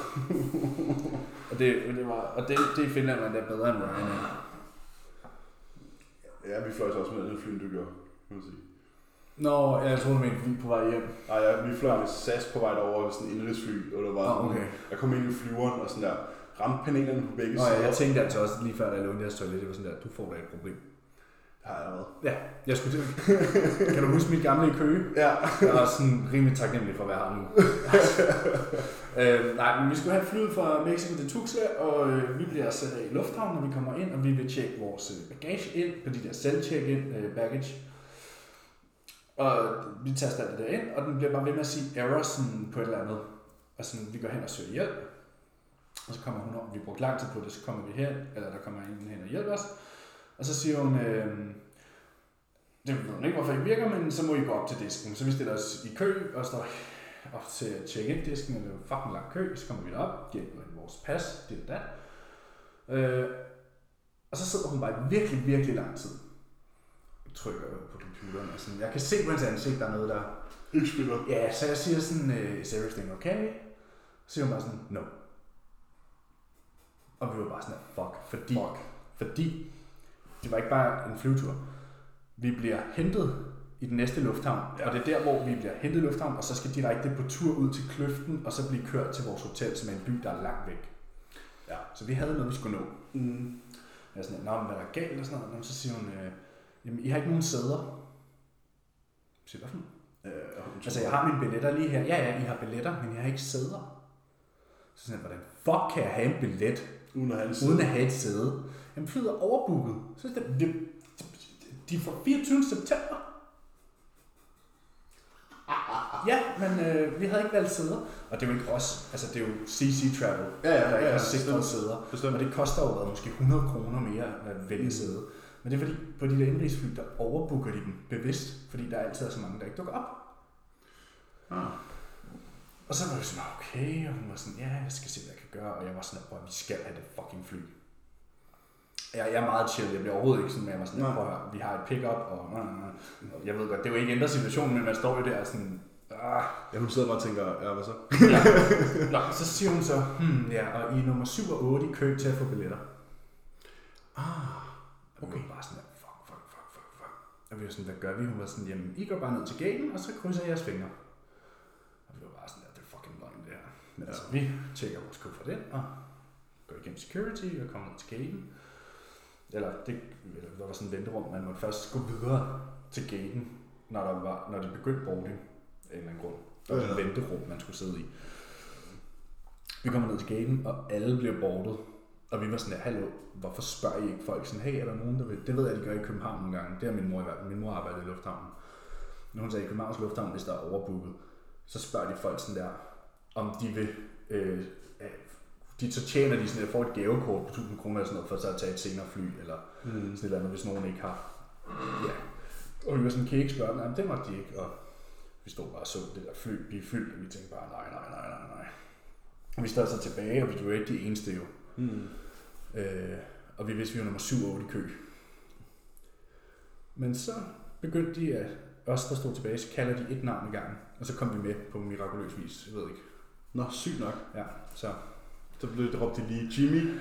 og det i Finland var endda bedre end Ryanair. Ja, vi fløj så også med den fly, du gjorde, kan man sige. Nå, jeg troede, du mente vi på vej hjem. Nej, ja, vi fløj med SAS på vej derover ved sådan en indrigsfly, og der var sådan, okay. Jeg kom ind i flyveren og sådan der, ramte panelerne på begge sider. Ja, jeg tænkte altså også lige før, da jeg lånte jeres toilet, det var sådan der, du får da et problem. Det har jeg allerede. Ja, jeg skulle til. Kan du huske mit gamle i Køge? Ja. Jeg var sådan rimelig taknemmelig for at være her nu. Nej, men vi skulle have flyet fra Mexico til Tuxtla, og vi bliver sat af i lufthavnen, når vi kommer ind, og vi vil tjekke vores bagage ind på de der self-check-in baggage. Og vi taster alt det der ind, og den bliver bare ved med at sige error sådan på et eller andet. Og sådan, vi går hen og søger hjælp. Og så kommer hun op, vi brugte lang tid på det, så kommer vi hen, eller der kommer en hen og hjælper os. Og så siger hun, det ved hun ikke, hvorfor det virker, men så må I gå op til disken. Så vi stiller os i kø og står op til check-in-disken, og det er fucking lang kø, så kommer vi derop, giver vores pas, det og dat. Og så sidder hun bare i virkelig, virkelig lang tid. Jeg trykker på computeren, og sådan, jeg kan se på hendes ansigt, der er noget, der... Ikke spiller. Ja, så jeg siger sådan, is everything okay? Så siger hun bare sådan, no. Og vi var bare sådan, fordi det var ikke bare en flyvetur. Vi bliver hentet i den næste lufthavn, og det er der, hvor vi bliver hentet i lufthavn, og så skal direkte på tur ud til Kløften, og så blive kørt til vores hotel, som er en by, der er langt væk. Ja. Så vi havde noget, vi skulle nå. Jeg er sådan, nå, men hvad der er galt og sådan noget. Og så siger hun, jamen, I har ikke nogen sæder. Jeg siger, hvad for noget? Altså, jeg har mine billetter lige her. Ja, I har billetter, men jeg har ikke sæder. Så sådan, hvordan fuck kan jeg have en billet, uden at have et sæde? Jamen, flyet er overbooket. Så de er fra 24. september. Ja, men vi havde ikke valgt sæder. Og det er jo ikke os. Altså, det er jo CC Travel, der ikke har sikret sæder. Bestemt. Og det koster jo måske 100 kroner mere at vælge sæde. Men det er fordi, på de der indrigsfly, der overbooker de dem bevidst, fordi der altid er så mange, der ikke dukker op. Og så var jeg sådan, okay, og hun var sådan, ja, jeg skal se, hvad jeg kan gøre. Og jeg var sådan, at vi skal have det fucking fly. Jeg er meget chill, jeg bliver overhovedet ikke sådan, men jeg var sådan, prøv at høre, vi har et pick-up, og jeg ved godt, det er jo ikke ændret situationen, men man står jo der sådan, Ja, hun sidder bare og tænker, ja, hvad så? Ja. Nå, så siger hun så, ja, og I er nummer 7 og 8 i kø til at få billetter. Okay. Og bare sådan, fuck. Og vi var sådan, hvad gør vi? Hun var sådan, jamen, I går bare ned til gaten, og så krydser jeres fingre. Og vi var bare sådan, det er fucking løgn det her. Men altså, vi tjekker vores kuffert ind, og går igennem security, og kommer ned til gaten. eller der var sådan et venterum, man måtte først gå videre til gaten, når de begyndte boarding af en eller anden grund. Der var et venterum, man skulle sidde i. Vi kommer ned til gaten, og alle bliver boardet. Og vi var sådan der, hallo, hvorfor spørger I ikke folk sådan, hey, er der nogen, der vil? Det ved jeg, de gør i København nogle gange. Det har min mor i hvert fald. Min mor arbejder i lufthavnen. Når hun sagde, i Københavns Lufthavn, hvis der er overbooket, så spørger de folk sådan der, om de vil, så tjener de sådan der, får et gavekort på 1000 kroner eller sådan noget, for så at tage et senere fly, eller sådan et eller andet, hvis nogen ikke har. Ja. Og vi var sådan, kan I ikke spørge dem? Jamen, det måtte de ikke, og vi stod bare og så det der fly blive fyldt, og vi tænkte bare, nej. Og vi stod så tilbage, og vi var ikke de eneste jo. Og vi vidste, vi var nummer 7 i kø. Men så begyndte de at os, der stod tilbage, så kalder de et navn i gangen, og så kom vi med på mirakuløs vis, jeg ved ikke. Nå, sygt nok. Ja, så blev det råbt lige Jimmy.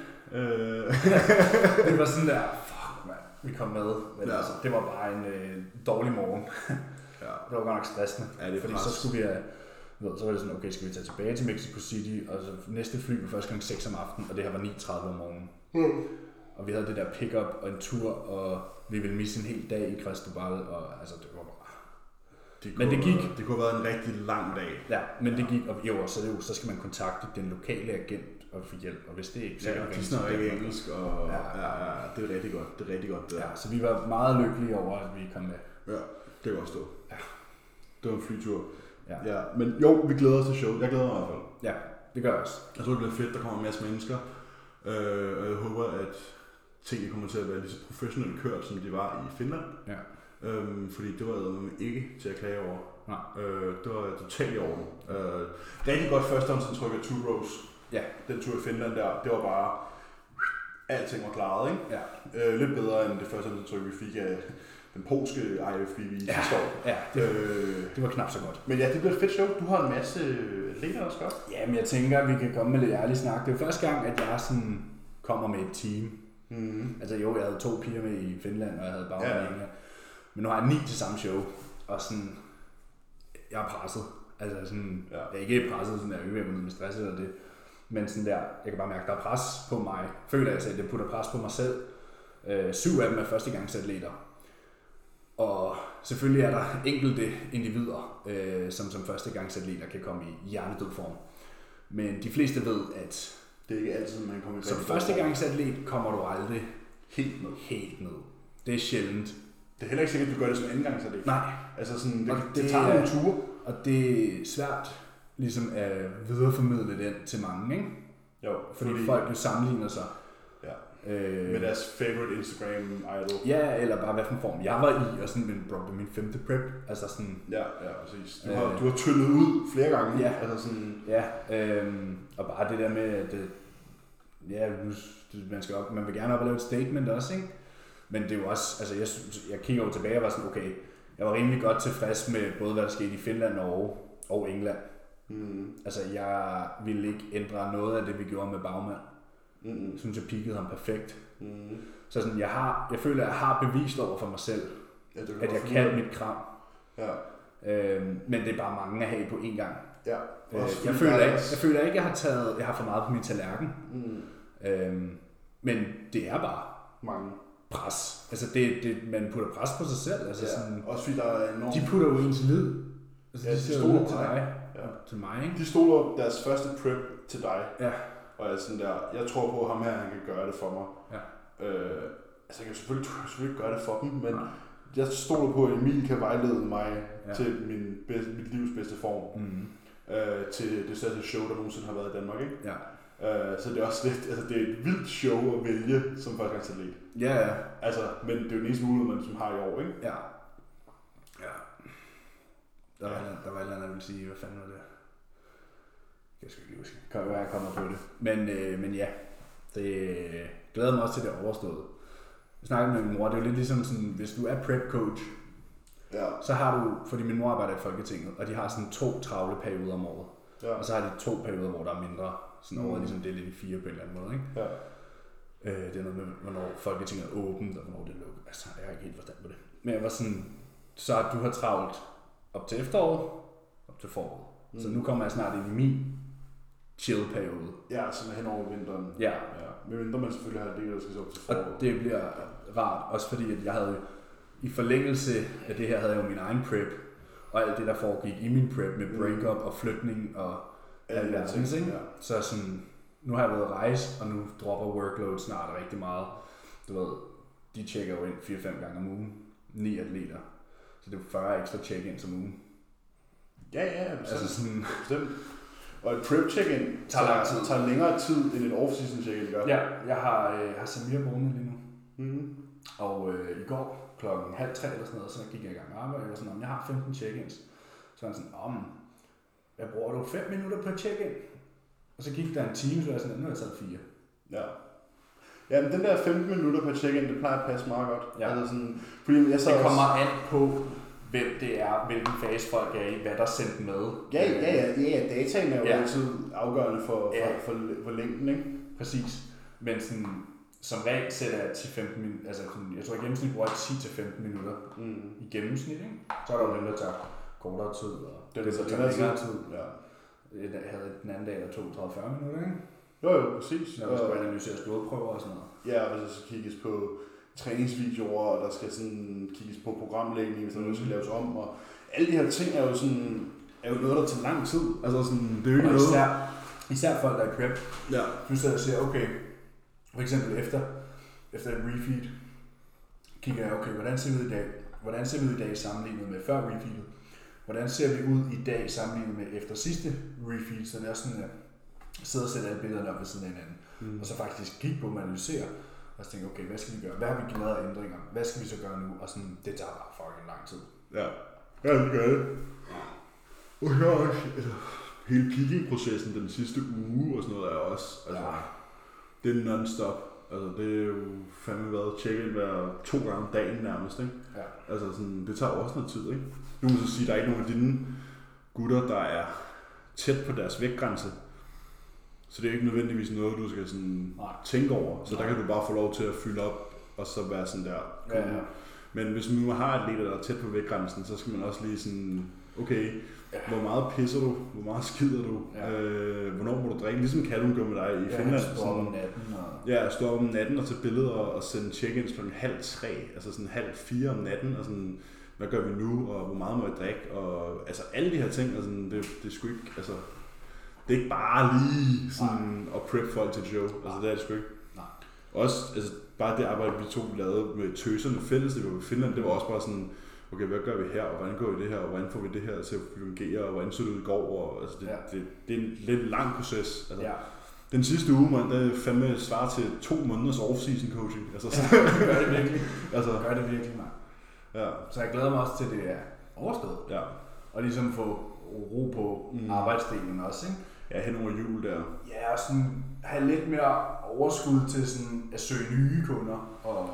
Det var sådan der, fuck mand, vi kom med, men altså, det var bare en dårlig morgen. Ja. Det var godt nok stressende, fordi så skulle vi så var det sådan, okay, skal vi tage tilbage til Mexico City, og så næste fly var først kl. 6 om aftenen, og det her var 9:30 om morgenen. Og vi havde det der pick-up og en tur, og vi ville misse en hel dag i Cristobal, og altså det var bare... Det kunne have været en rigtig lang dag. Ja, men det gik, og jo, så skal man kontakte den lokale agent og få hjælp, og hvis det ikke... Så de snakker ikke engelsk, og det er rigtig godt, det der. Ja, så vi var meget lykkelige over, at vi kom med. Ja, det kan godt stå. Ja. Det var en flytur. Ja, men jo, vi glæder os til show. Jeg glæder mig i hvert fald. Ja, det gør jeg også. Jeg tror, det bliver fedt, der kommer en masse mennesker, og jeg håber, at tingene kommer til at være lige så professionelt kørt, som de var i Finland. Ja. Fordi det var ikke til at klage over. Nej. Det var totalt i orden. Rigtig godt førstehåndsindtryk af Two Rose. Ja. Den tur i Finland der, det var bare... Alting var klaret, ikke? Ja. Lidt bedre end det førstehåndsindtryk, vi fik af den polske IFBB sidste år. Ja, det var knap så godt. Men ja, det bliver et fedt show. Du har en masse atleter også godt. Ja, men jeg tænker, at vi kan komme med lidt ærlig snak. Det er jo første gang, at jeg sådan kommer med et team. Altså jo, jeg havde 2 piger med i Finland, og jeg havde bare med England. Men nu har jeg 9 til samme show, og sådan, jeg er presset. Altså sådan, jeg er ikke presset, sådan, jeg er ikke med stress eller det. Men sådan der, jeg kan bare mærke, at der er pres på mig. Føler jeg selv, det putter pres på mig selv. 7 af dem er førstegangsatleter. Og selvfølgelig er der enkelte individer, som førstegangsatleter kan komme i hjernedød form. Men de fleste ved, at det er ikke altid, man kommer i som førstegangsatlet kommer du aldrig helt ned. Det er sjældent. Det er heller ikke sikkert, at du gør det som andengangsatlet. Nej. Altså sådan, det tager nogle ture. Og det er svært ligesom at videreformidle den til mange, ikke? Jo. Fordi folk jo sammenligner sig. Ja. Med deres favorite Instagram idol. Ja, eller bare hvad for en form jeg var i, og sådan, men bro, det er min 5. prep. Altså sådan... Ja, præcis. Du har tyndet ud flere gange. Ja. Altså sådan... Ja, og bare det der med, at man vil gerne op og lave et statement også, ikke? Men det er jo også, altså jeg kigger jo tilbage og var sådan, okay, jeg var rimelig godt tilfreds med både hvad der skete i Finland og England. Altså jeg ville ikke ændre noget af det, vi gjorde med Baumann. Jeg synes, jeg peakede ham perfekt. Så sådan, jeg føler, at jeg har bevist over for mig selv, at jeg kan mit kram. Ja. Men det er bare mange at have på én gang. Ja. Jeg føler ikke, jeg har for meget på min tallerken. Men det er bare mange pres. Altså man putter pres på sig selv. Altså sådan, også fordi der er enormt... De putter jo ens lid. Altså, de stoler til dig. Ja. Til mig, ikke? De stoler deres første prep til dig. Ja. Og jeg er sådan der, jeg tror på ham her, han kan gøre det for mig. Ja. Altså jeg kan selvfølgelig ikke gøre det for dem, men jeg stoler på, at Emil kan vejlede mig til mit livs bedste form. Til det største show, der nogensinde har været i Danmark, ikke? Ja. Så det er også lidt, altså det er et vildt show at vælge som førstegangsatlet. Ja. Altså, men det er jo den eneste mulighed, man ligesom har i år, ikke? Ja. Der var et eller andet, jeg ville sige, hvad fanden var det? Jeg skal ikke huske. Kan være, jeg kommer på det. Men ja, det glæder mig også til det overstået. Jeg snakkede med min mor, det er jo lidt ligesom sådan, hvis du er prep coach, så har du, fordi min mor arbejder i Folketinget, og de har sådan 2 travle perioder om året. Ja. Og så har de 2 perioder, hvor der er mindre, sådan over ligesom det er lidt i 4 på en eller anden måde, ikke? Ja. Det er noget med, hvornår Folketinget er åbent, og hvornår det er lukket. Altså, jeg har ikke helt forstand på det. Men jeg var sådan, så du har travlt op til efteråret, op til foråret. Så nu kommer jeg snart ind i min chill-periode. Ja, sådan hen over vinteren. Ja. Men mindre man selvfølgelig har det, der skal så op til foråret. Og det bliver rart, også fordi at jeg havde i forlængelse af det her, havde jeg jo min egen prep, og alt det, der foregik i min prep med breakup og flytning og alt det der ting. Så sådan, nu har jeg været rejse, og nu dropper workload snart rigtig meget. Du ved, de tjekker jo ind 4-5 gange om ugen. 9 atleter. Så det er 40 ekstra check-ins om ugen. Ja, altså sådan, bestemt. Og et prep check-in tager længere tid end et off-season check-in gør. Ja, jeg har Samir boende lige nu. Og i går klokken 2:30 eller sådan noget, så gik jeg i gang med arbejde, og sådan, om jeg har 15 check-ins. Så var jeg sådan, jeg bruger du 5 minutter per check-in? Og så gik der en time, så var jeg sådan, nu har jeg taget 4. Ja. Ja, men den der 15 minutter per check-in, det plejer at passe meget godt. Ja. Altså sådan, fordi jeg så det kommer an på, hvem det er, hvilken fase folk er i, hvad der er sendt med. Ja, dataen er jo altid afgørende for længden, ikke? Præcis. Men sådan, som regel sætter jeg 10-15 minutter, altså jeg tror i gennemsnit bruger jeg 10-15 minutter i gennemsnit, ikke? Så er der jo dem, der tager kortere tid, og det der tager længere tid. Ja. Jeg havde den anden dag, der tog 30-40 minutter, ikke? Jo, præcis. Når der skulle analyseres blodprøver og sådan noget. Ja, og hvis der skal kigges på træningsvideoer, og der skal sådan kigges på programlægning, hvis der noget skal laves om, og alle de her ting er jo noget, der tager lang tid. Altså sådan, det er jo ikke noget. Især folk, der er prep. Ja. Plus at jeg siger, okay, for eksempel efter et refeed, kigger jeg, okay, hvordan ser vi ud i dag? Hvordan ser vi ud i dag sammenlignet med før refeedet? Hvordan ser vi ud i dag sammenlignet med efter sidste refeed? Så det er sådan, at sidde og sætte alle billederne op ved siden af hinanden. Og så faktisk kigge på dem og analysere. Og så tænke, okay, hvad skal vi gøre? Hvad har vi givet af ændringer? Hvad skal vi så gøre nu? Og sådan, det tager bare fucking lang tid. Ja, det gør det. Og så også, hele peaking-processen den sidste uge og sådan noget er også, altså, det er non-stop. Altså, det er jo fandme været check-in hver 2 gange om dagen nærmest, ikke? Ja. Altså, sådan, det tager også noget tid, ikke? Nu må så sige, der er ikke nogen af dine gutter, der er tæt på deres vægtgrænse. Så det er ikke nødvendigvis noget, du skal sådan tænke over. Så der kan du bare få lov til at fylde op, og så være sådan der. Ja. Men hvis man nu har atleter, der er tæt på vægtgrænsen, så skal man også lige sådan, okay, hvor meget pisser du? Hvor meget skider du? Hvornår må du drikke? Ligesom Callum gør med dig i Finland. Stå op om natten. Stå op om natten og tage billeder og sende check-ins kl. 2:30, altså sådan 3:30 om natten, og sådan, hvad gør vi nu, og hvor meget må jeg drikke? Og altså alle de her ting, altså, det er sgu ikke, altså, det er ikke bare lige sådan at prep folk til show, altså det er det sgu ikke. Nej. Også, altså bare det arbejde, vi to lavede med tøserne fælles, det var i Finland, det var også bare sådan, okay, hvad gør vi her, og hvordan går vi det her, og hvordan får vi det her til at fungere, og hvordan så det ud i går, og altså det er en lidt lang proces. Altså, den sidste uge, man, det fandme svarer til 2 måneders off-season coaching. Altså, det gør det virkelig. Gør det virkelig, man. Ja. Så jeg glæder mig også til, at det er overstået. Ja. Og ligesom få ro på arbejdsdelen også, ikke? Ja, hen over jul der. Ja, og sådan have lidt mere overskud til sådan at søge nye kunder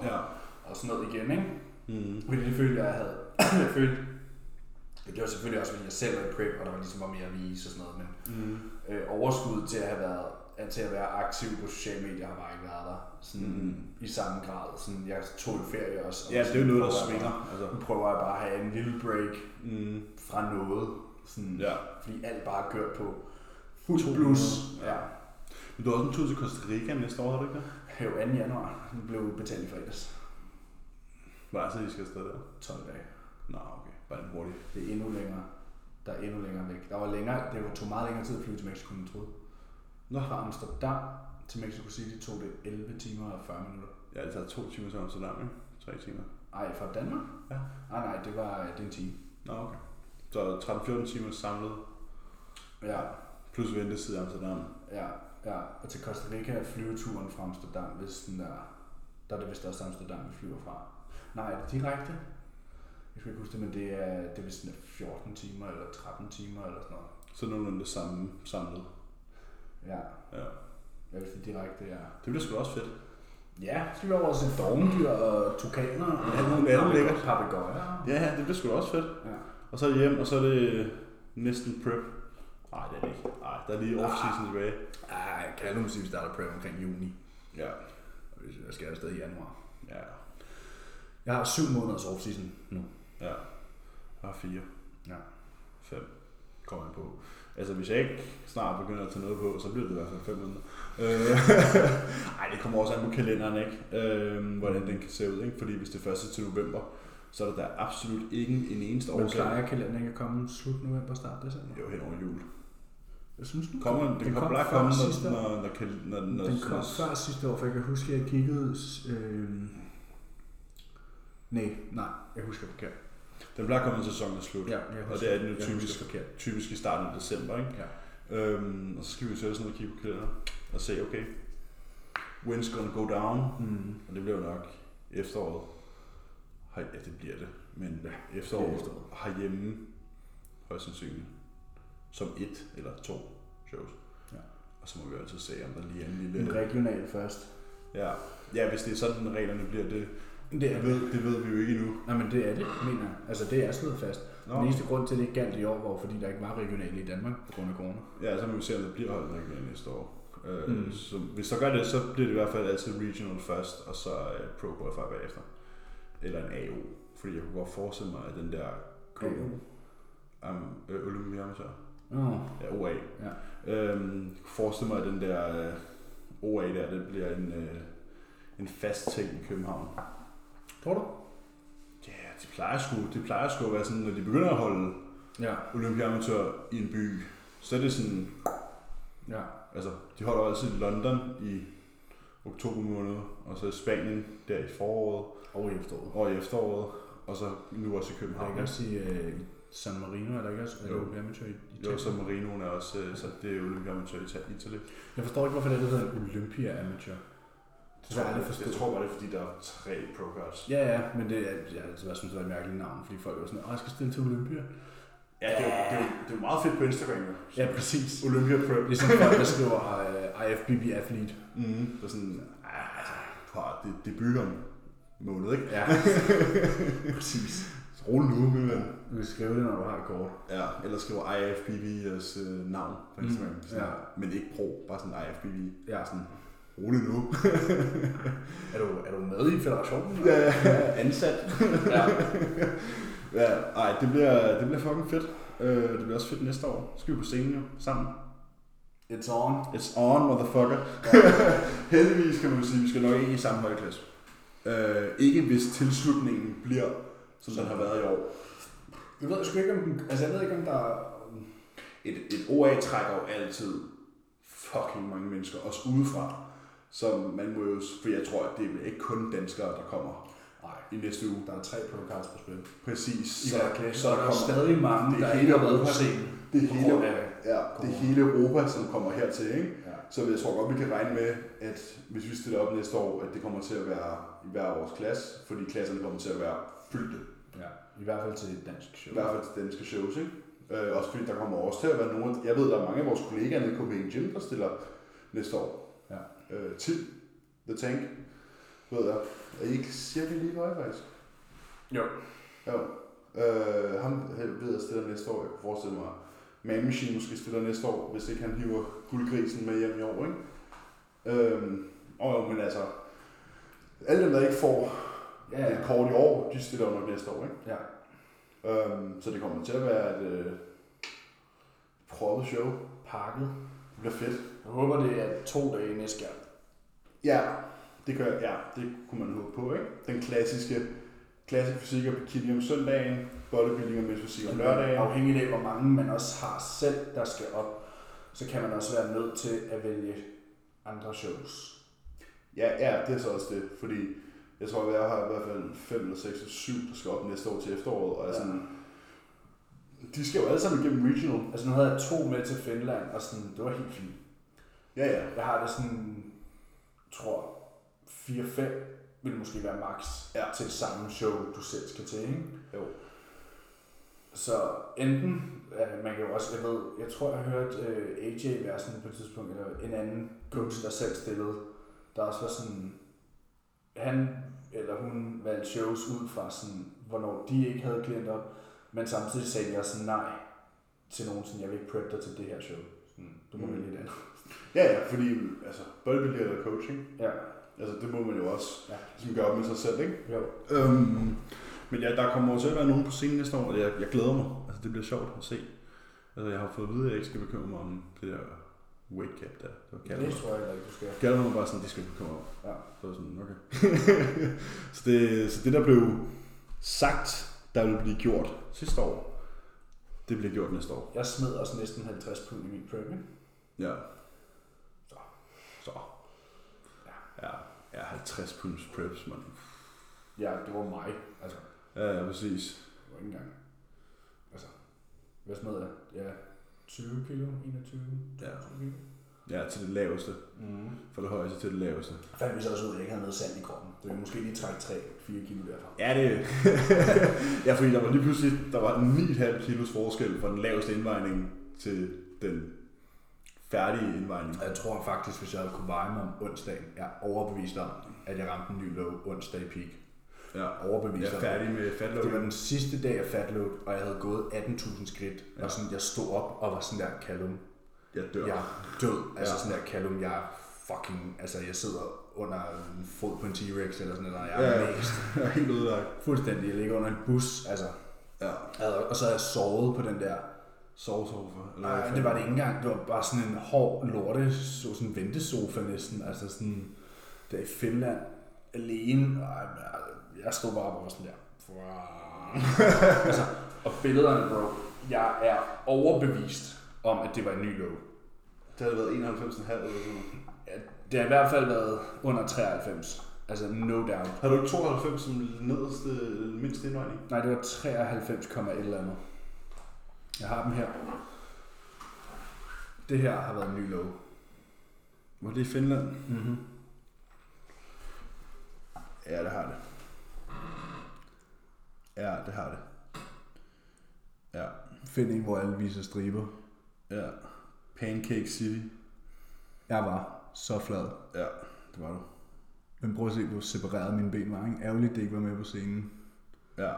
og sådan noget igen, ikke? Fordi det følte jeg havde. Jeg følte, det var selvfølgelig også, fordi jeg selv var i prep, og der var ligesom var mere at vise og sådan noget, men overskud til at være aktiv på sociale medier har bare ikke været der sådan i samme grad. Sådan, jeg tog en ferie også. Ja, det er jo noget, der svinger. Altså. Nu prøver jeg bare at have en lille break fra noget, sådan, fordi alt bare er kørt på fuld blus. Ja. Men du har også en tur til Costa Rica næste år, har du ikke det? Jo, 2. januar. Den blev betalt i fredags. Hvad er så, I skal afsted der? 12 dage. Nå, okay. Bare en hurtigt. Det er endnu længere. Der er endnu længere væk. Det tog meget længere tid at flyve til Mexico, end jeg troede. Fra Amsterdam til Mexico City tog det 11 timer og 40 minutter. Ja, det tager 2 timer til Amsterdam, ikke? 3 timer. Ej, fra Danmark? Ja. Nej, det er en time. Nå, okay. Så 13-14 timer samlet. Ja. Plus ventetid i Amsterdam. Ja. Og til Costa Rica er flyveturen fra Amsterdam, hvis den der er det vist også Amsterdam, vi flyver fra. Nej, er det direkte? Jeg skal ikke huske det, men det er vist 14 timer eller 13 timer eller sådan noget. Så nogenlunde det samme samlet. Ja. Jeg vil sige direkte, ja. Det bliver sgu også fedt. Ja, så skal vi over og se dovendyr og tukaner og alt muligt andet lækkert. Papegøjer. Ja, det bliver sgu også fedt. Ja. Og så er det hjem, og så er det næsten prep. Nej, det er det ikke. Nej, der er lige off-season tilbage. Jeg kan nu sige, at vi starter prep omkring juni. Ja. Jeg skal afsted i januar. Ja. Jeg har 7 måneders off-season nu. Ja. Jeg har 4. Ja. 5. kommer jeg på. Altså hvis jeg ikke snart begynder at tage noget på, så bliver det i hvert fald 5 måneder. Ej, det kommer også an på kalenderen, ikke? Hvordan den kan se ud, ikke? Fordi hvis det er 1. til november, så er der absolut ikke en eneste årsag. Men plejer kalenderen ikke at komme slut november, start december? Jo, hen over jul. Jeg synes, den kommer, den kom bare komme, når den kom før sidste år, for jeg kan huske, at jeg kiggede... Nej, jeg husker forkert. Den plejer at komme, når sæsonen er slut. Ja, og det er den jo typisk i starten af december, ikke? Ja. Og så skal vi jo sætte sådan noget og kigge på kalenderen og se, okay, when's gonna go down? Og det bliver jo nok efteråret. Ja, det bliver det. Men efteråret herhjemme, højst sandsynligt, som 1 eller 2 shows. Ja. Og så må vi jo altid se, om der lige er en lille... En regional først. Ja, hvis det er sådan, reglerne bliver det... Det ved vi jo ikke endnu. Nej, men det er det, mener jeg. Altså, det er slået fast. Den eneste grund til, at det ikke galt i år, var fordi der ikke var regionale i Danmark på grund af corona. Ja, så må vi se, om der bliver holdt regionale næste år. Så hvis der gør det, så bliver det i hvert fald altid regional først, og så Pro Qualifier bagefter. Eller en AO. Fordi jeg kunne godt forestille mig, at den der Olympia Amatør. Ja, OA. Ja. Forestille mig, at den der OA der, det bliver en fast ting i København. Tror du? Ja, det plejer sgu at være sådan, når de begynder at holde Olympia Amatør i en by, så er det sådan, altså, de holder altid i London i oktober måned, og så i Spanien der i foråret. Og i efteråret. Og så nu også i København. Er det ikke også i San Marino, er der ikke også Olympia Amatør i Italien? Jo, San Marino er også, så det er Olympia Amatør i Italien. Jeg forstår ikke, hvorfor det hedder Olympia Amatør. Jeg tror bare, det er fordi, der er 3 pro-cards. Ja, men det er, jeg synes, det er et mærkeligt navn, fordi folk er sådan, jeg skal stille til Olympia. Ja, det er jo meget fedt på Instagram. Ja, præcis. Olympia Prep. Det er sådan folk, der skriver IFBB Athlete. Det er sådan, det bygger en måned, ikke? Ja, præcis. Så rolig nu, min ven. Du kan skrive det, når du har et kort. Ja, eller skriver IFBB's navn på Instagram. Men ikke pro, bare sådan IFBB. Ja, sådan. Rolig nu. er du med i federationen? Ja, ansat. Det bliver fucking fedt. Det bliver også fedt næste år. Så skal vi på scenen jo, sammen. It's on, motherfucker. Heldigvis kan man sige, vi skal nok ikke i samme højklasse. Ikke hvis tilslutningen bliver, som den har været i år. Jeg ved sgu ikke, om der er... Et OA trækker jo altid fucking mange mennesker, også udefra. Så man må jo, for jeg tror, at det er ikke kun danskere, der kommer i næste uge. Der er 3 pro-cards på spil. Præcis. Så der er stadig mange, der ikke har været på scenen. Det er hele Europa, som kommer hertil, ikke? Ja. Så jeg tror godt, vi kan regne med, at hvis vi stiller op næste år, at det kommer til at være i hver vores klasse, fordi klasserne kommer til at være fyldte. Ja, i hvert fald til danske shows. I hvert fald til danske shows, ikke? Også fordi der kommer også til at være nogle... Jeg ved, der er mange af vores kollegaer nede i Copenhagen Gym, der stiller næste år. Ja. Til The Tank, ved jeg. Er I ikke cirka lige høje, faktisk? Jo. Ham ved jeg stiller næste år. Jeg kunne forestille mig, Man Machine måske stiller næste år, hvis ikke han hiver guldgrisen med hjem i år, ikke? Men altså, alle dem, der ikke får et kort i år, de stiller jo nok næste år, ikke? Ja. Så det kommer til at være et proppet show. Pakket. Det bliver fedt. Jeg håber, det er 2 dage næste gang. Ja, det kunne man håbe på, ikke? Den klassiske fysik og bikini om søndagen, bodybuilding og mæssfysik om lørdagen. Afhængigt af, hvor mange man også har selv, der skal op, så kan man også være nødt til at vælge andre shows. Ja, det er så også det, fordi jeg tror, at jeg har i hvert fald 5 eller 6 eller 7, der skal op næste år til efteråret, og sådan, de skal jo alle sammen igennem regional. Altså nu havde jeg 2 med til Finland, og sådan, det var helt fint. Ja. Jeg har det sådan, tror 4-5 vil måske være max til samme show, du selv skal til, ikke? Jo. Så enten, man kan jo også, jeg tror jeg hørte AJ være sådan på et tidspunkt, eller en anden coach, der selv stillede, der også var sådan, han eller hun valgte shows ud fra sådan, hvornår de ikke havde klienter op, men samtidig sagde jeg sådan nej til nogen, sådan, jeg vil ikke prep dig til det her show. Sådan, du må vælge det andet. Ja, fordi altså, bodybuilding eller coaching, ja. Altså det må man jo også ligesom gøre op med sig selv, ikke? Jo. Men ja, der kommer også til at være nogen på scenen næste år, og jeg glæder mig. Altså det bliver sjovt at se. Altså, jeg har fået at vide, at jeg ikke skal bekymre mig om det der weight cap der. Det tror jeg ikke, du skal. Kalder mig bare sådan, det skal jeg bekymre om. Ja. Så sådan, okay. så det der blev sagt, der ville blive gjort sidste år, det bliver gjort næste år. Jeg smed også næsten 50 pund i min prep, ikke? Ja. Så. Ja, 50 punds preps, man. Ja, det var mig. Altså. Ja, præcis. Det var ikke engang. Altså, hvad smed jeg? Ja, 20 kilo, 21 Ja. kilo. Ja, til det laveste. Mm. For det højeste til det laveste. Jeg fandt så også ud, at jeg ikke havde noget sand i kroppen. Det ville måske lige trække 3-4 kilo derfra. Ja, det ja, fordi der var lige pludselig, der var 9,5 kilos forskel fra den laveste indvejning til den færdige indvejning. Jeg tror faktisk, hvis jeg havde kunne veje mig om onsdagen, jeg er overbevist om, at jeg ramte en ny low onsdag i peak. Ja, overbevist. Jeg er færdig med fatload. Det var den sidste dag af fatload, og jeg havde gået 18.000 skridt. Ja. Og sådan, jeg stod op og var sådan der, Callum. Jeg dør. Jeg er død. Altså sådan der, Callum, jeg er fucking, altså jeg sidder under en fod på en T-Rex eller sådan noget, jeg er mest. Jeg er helt ødelagt. Fuldstændig, jeg ligger under en bus, altså. Ja. Og så havde jeg sovet på den der sovesofa. Nej, det var det ikke engang. Det var bare sådan en hård lorte, så sådan en ventesofa næsten. Altså sådan, der i Finland, alene. Og jeg stod bare og var sådan der. Altså, og billederne, bro. Jeg er overbevist om, at det var en ny low. Det havde været 91,5 eller sådan noget. Ja, det har i hvert fald været under 93. Altså, no doubt. Har du ikke 92 som nederste, mindste indvejning? Nej, det var 93, et eller andet. Jeg har dem her. Det her har været en ny low. Var det i Finland? Mhm. Ja, det har det. Ja, det har det. Ja. Find en, hvor alle viser striber. Ja. Pancake City. Jeg var så flad. Ja, det var du. Men prøv at se, hvor separeret mine ben var. Ikke? Ærgerligt, det ikke var med på scenen. Ja.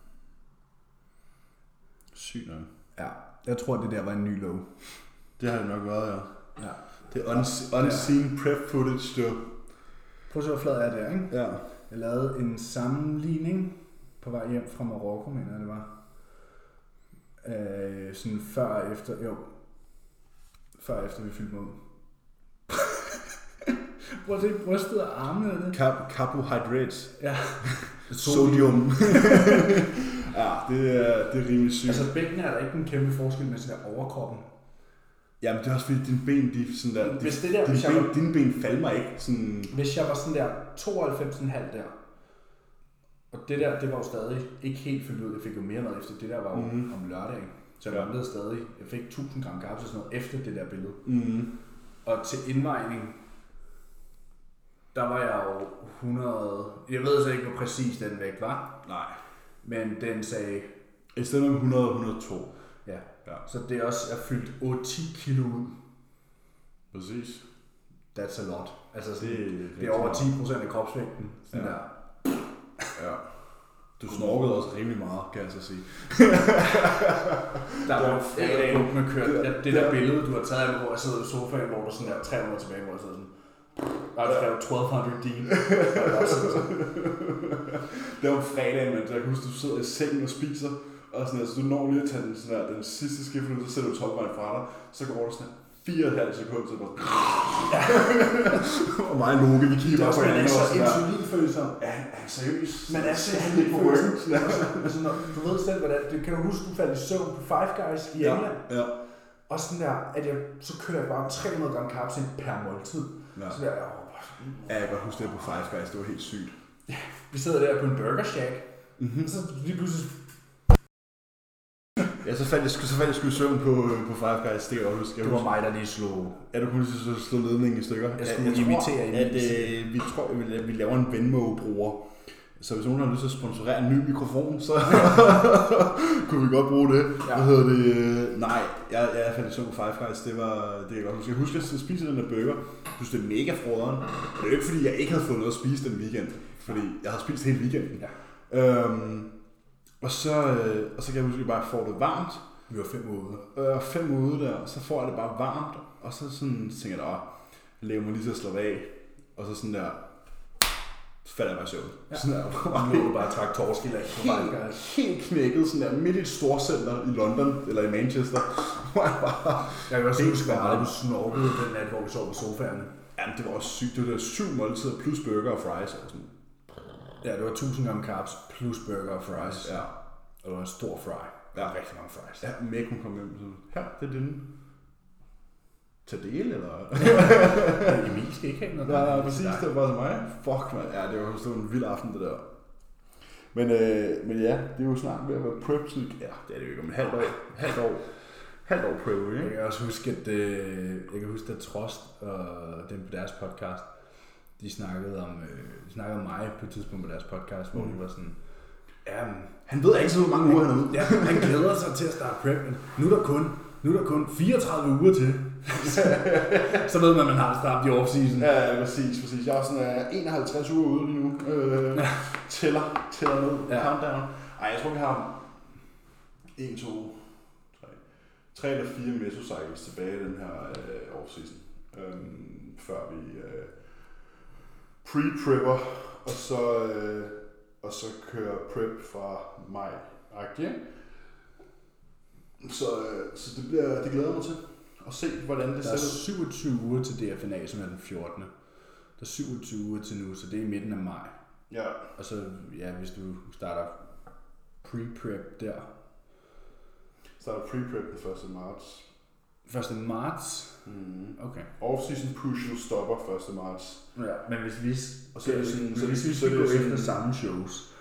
Sygt nok. Ja, jeg tror, det der var en ny low. Det har det nok været, ja. Ja. Det er unseen prep footage, du. Prøv at se, hvor flad jeg er der, ikke? Ja. Jeg lavede en sammenligning på vej hjem fra Marokko, mener jeg det var. Sådan før efter vi fyldte mig ud. Prøv at se brystet og armene af det. Carbohydrates. Ja. Sodium. Ja, det er rimelig sygt. Altså bækkene er der ikke en kæmpe forskel med sådan der overkroppen. Jamen det er også fordi dine ben, de sådan der, dine ben falmer ikke sådan. Hvis jeg var sådan der 92,5 der, og det der, det var jo stadig ikke helt fyldt ud. Jeg fik jo mere mad efter det der var jo om lørdagen. Så jeg manglede stadig. Jeg fik 1000 gram carbs og sådan noget efter det der billede. Og til indvejning, der var jeg jo 100... Jeg ved så ikke, hvor præcis den vægt var. Nej. Men den sagde... I stedet med 100 og 102. Ja. Så det er også... Jeg fyldt 8-10 kilo ud. Præcis. That's a lot. Altså sådan, det er over 10% af kropsvægten. Sådan der. Ja. Du snorkede også rimelig meget, kan jeg så sige. Der var fredagen med kørt. Det der billede, du har taget af, hvor jeg sidder i sofaen, hvor du sådan der 300 tilbage, hvor jeg sidder sådan... Der er 1200 deep. Det var fredagen, men jeg kan huske, du sidder i sengen og spiser, og sådan, altså, du når lige at tage den sidste skift, så sætter du topvejen fra dig, så går du sådan 4,5 sekunder, så bare... Og mig og Loke, vi kigger bare på hinanden. Det er så insulinfølsom. Ja, seriøst. Man er simpelthen lidt følsom. Altså, du ved selv, hvordan... Kan du huske, du faldt i søvn på Five Guys i England? Ja. Og sådan der, at så kører jeg bare 300 gram carbs ind per måltid. Ja. Så der, jeg kan godt huske det på Five Guys, det var helt sygt. Ja, vi sidder der på en Burger Shack, og så lige pludselig... Ja, så faldt jeg sgu i søvn på Five Guys, det kan jeg huske. Det var mig, der lige slog... Ja, du kunne lige slå ledningen i stykker. Jeg skulle imitere vi tror, at vi laver en Venmo-bruger. Så hvis nogen har lyst til at sponsorere en ny mikrofon, så kunne vi godt bruge det. Ja. Hvad hedder det? Nej, jeg faldt i søvn på Five Guys, det kan jeg godt huske. Jeg husker, at jeg spiste den der burger. Jeg synes, det er mega froderen. Det er jo ikke, fordi jeg ikke havde fået noget at spise den weekend. Fordi jeg havde spist hele weekenden. Ja. Og så kan jeg huske, at jeg bare får det varmt. Vi var 5 uger ude. 5 uger ude der, og så får jeg det bare varmt. Og så sådan tænker jeg, jeg lever mig lige til at slå af. Og så sådan der... falder jeg bare i søvn. Ja. Sådan der. Nu bare trække torskilag på vej. Helt knækket, sådan der midt i et storcenter i London, eller i Manchester. Jeg kan også huske, at du snorkede den nat, hvor vi sov på sofaerne. Jamen, det var også sygt. Det var 7 måltider plus burger og fries. Og sådan. Ja, det var 1000 gram carbs plus burger og fries. Ja. Og det var en stor fry. Der var rigtig mange fries. Ja, Meg hun kom hjem sådan, her, det er din. Tag del, eller? Emil skal ikke have noget. Nej, præcis, det var bare til mig. Fuck, man. Ja, det var jo en vild aften, det der. Men ja, det er jo snart ved at være prep, så ja, det er det jo ikke om et halvt år prep, ikke? Jeg kan også huske, at Trost og dem på deres podcast, de snakkede om mig på et tidspunkt på deres podcast, hvor de var sådan, han ved ikke så mange uger han er ude. Ja, han glæder sig til at starte prep, men nu er der kun 34 uger til. Så ved man har startet i off-season. Ja, præcis. Jeg er sådan 51 uger ude lige nu. Tæller ned. Ja. Countdown. Ej, jeg tror vi har 1, 2, 3 eller 4 mesocycles tilbage i den her off-season. Før vi pre-prepper, og så kører prep fra maj-agtigt. Så det glæder jeg mig til at se, hvordan det ser ud. Der er 27 uger til DFNA, som er den 14. Der er 27 uger til nu, så det er i midten af maj. Ja. Og så, hvis du starter pre-prep der. Starter pre-prep den 1. marts. 1. marts? Okay. Off-season push stopper 1. marts. Ja, men hvis vi så går efter samme shows.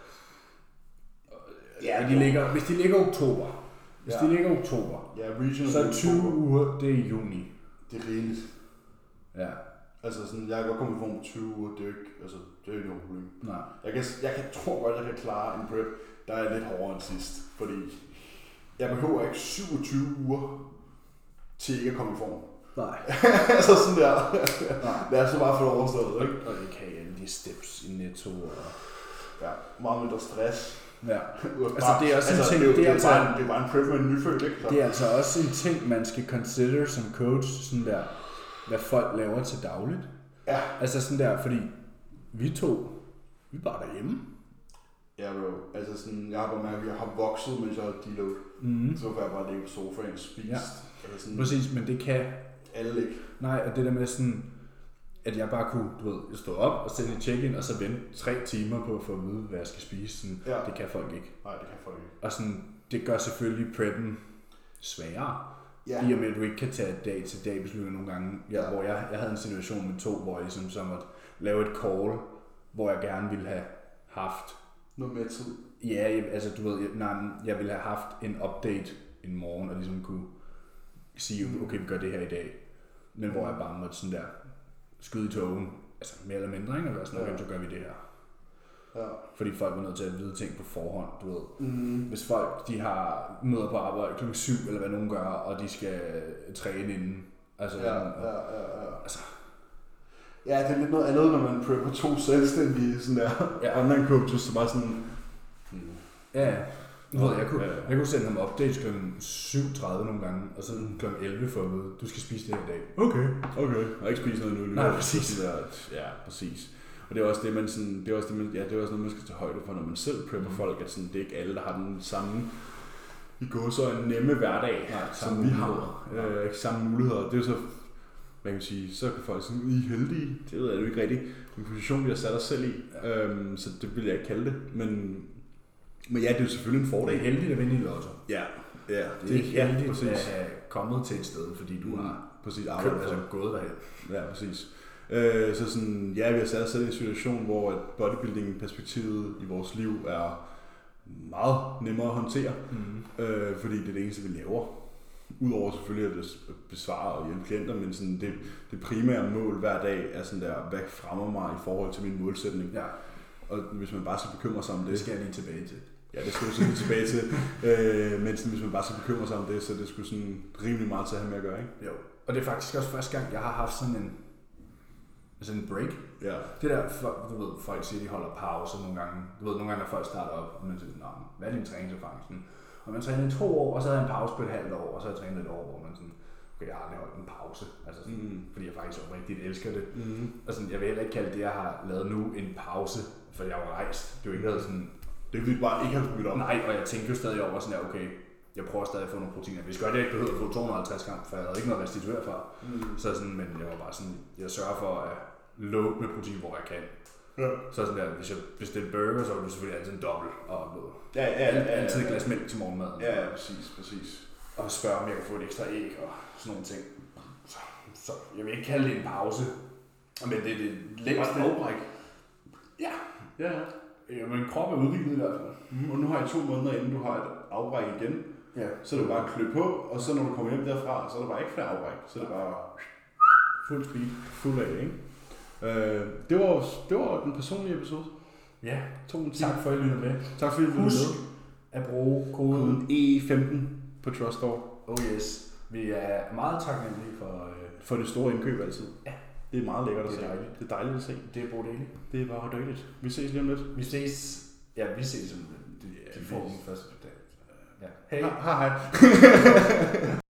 Ja, hvis de ligger oktober. Hvis de ligger oktober, regional så er 20 uger, det er i juni. Det er rigeligt. Ja. Altså sådan, jeg kan godt komme i form på 20 uger, det er jo ikke noget problem. Nej. Jeg tror godt, jeg kan klare en prep, der er lidt hårdere end sidst. Fordi jeg behøver ikke 27 uger til ikke at komme i form. Nej. Altså sådan der. Nej. Det er så bare for det overstået, ikke? Og det kan alle de steps i netto og... Ja, meget mindre stress. Ja, altså det er også en ting, det er bare en prep med en nyfødt, ikke? Så. Det er altså også en ting, man skal consider som coach, sådan der, hvad folk laver til dagligt. Ja. Altså sådan der, fordi vi er bare derhjemme. Ja, bro. Altså sådan, jeg har bare mærket, at jeg har vokset, mens jeg har deload. Så får jeg bare ligge på sofaen og spist. Ja. Altså sådan, præcis, men det kan... alle ikke. Nej, og det der med sådan... At jeg bare kunne, stå op og sende et check-in, og så vente 3 timer på at få at vide, hvad jeg skal spise. Sådan, det kan folk ikke. Nej, det kan folk ikke. Og sådan, det gør selvfølgelig preppen sværere. Ja. I og med, at du ikke kan tage dag til dag beslutninger nogle gange. Hvor jeg havde en situation med 2, hvor jeg ligesom så måtte lave et call, hvor jeg gerne ville have haft... Noget med tid? Ja, altså jeg ville have haft en update en morgen, og ligesom kunne sige, okay, vi gør det her i dag. Men hvor jeg bare måtte sådan der... skyde i togen, altså mere eller mindre, ikke? Eller sådan, okay, så gør vi det her. Ja. Fordi folk var nødt til at vide ting på forhånd, du ved. Hvis folk, de har møder på arbejde kl. 7, eller hvad nogen gør, og de skal træne inden. Altså, altså. Ja, det er lidt noget andet, når man prepper 2 selvstændige sådan der online coaches, så bare sådan... Ja. Jeg kunne sende ham updates kl. 7.30 nogle gange, og så kl. 11 for at vide, du skal spise det her i dag. Okay. Og ikke spise noget nu. Nej, præcis. Ja, præcis. Og det er også det, man sådan, det er også noget, man skal tage højde for, når man selv prepper folk, at sådan, det er ikke alle, der har den samme i går så en nemme hverdag, som vi har. Ikke samme muligheder. Det er jo så, hvad kan man sige, så kan folk sådan, I er heldige. Det ved jeg jo ikke rigtigt. En position, vi har sat os selv i, så det vil jeg ikke kalde det. Men ja, det er jo selvfølgelig en fordel. Det er heldigt at vinde i lotto. Ja. Det er heldigt at have kommet til et sted, fordi du har præcis gået derhen. Ja, præcis. Så sådan, vi har sat os selv i en situation, hvor bodybuilding-perspektivet i vores liv er meget nemmere at håndtere, fordi det er det eneste, vi laver. Udover selvfølgelig at besvare og hjælpe klienter, men sådan det primære mål hver dag er sådan der, hvad fremmer mig i forhold til min målsætning. Ja. Og hvis man bare skal bekymre sig om det... Det skal jeg lige tilbage til. Ja, det skal du lige tilbage til. Men sådan, hvis man bare skal bekymre sig om det, så det skulle sådan rimelig meget til at have med at gøre, ikke? Jo. Og det er faktisk også første gang, jeg har haft sådan en break. Ja. Det der, du ved, folk siger, de holder pause nogle gange. Du ved, nogle gange, når folk starter op, og man siger, hvad er din træningserfaring? Og man træner i 2 år, og så havde jeg en pause på et halvt år, og så har jeg trænet et år, hvor man sådan, okay, jeg har aldrig holdt en pause, altså sådan, fordi jeg faktisk oprigtigt elsker det. Og sådan, jeg vil heller ikke kalde det, jeg har lavet nu, en pause, for jeg var rejst. Det er jo ikke noget sådan... Det vil bare ikke have smidt op. Nej, og jeg tænkte jo stadig over sådan, okay, jeg prøver stadig at få nogle proteiner. Hvis godt jeg ikke behøver at få 250 gram, for jeg havde ikke noget at restituere fra. Så sådan, men jeg var bare sådan, jeg sørger for at load med protein, hvor jeg kan. Ja. Så sådan der, hvis jeg bestiller burger, så er det selvfølgelig altid en dobbelt og noget. Altid et glas mælk til morgenmaden. Ja, præcis. Og spørge, om jeg kan få et ekstra æg og sådan nogle ting. Så jeg vil ikke kalde det en pause, men det er det længste afbræk. Ja. Men krop er udviklet i hvert fald. Og nu har I 2 måneder, inden du har et afbræk igen. Ja. Så er det bare at klø på, og så når du kommer hjem derfra, så er der bare ikke flere afbræk. Så er det bare fuld speed. Fuld af, ikke? Det var den personlige episode. Ja. Tak for at I lyttede med. Tak for at I lyttede med. At bruge koden E15 på Truststore. Oh yes. Vi er meget taknemmelige for det store indkøb altid. Ja. Det er meget lækkert at se. Dejligt. Det er dejligt at se. Det er dejligt. Det er bare dejligt. Vi ses lige om lidt. Vi ses som de får den første dag. Ja. Hej.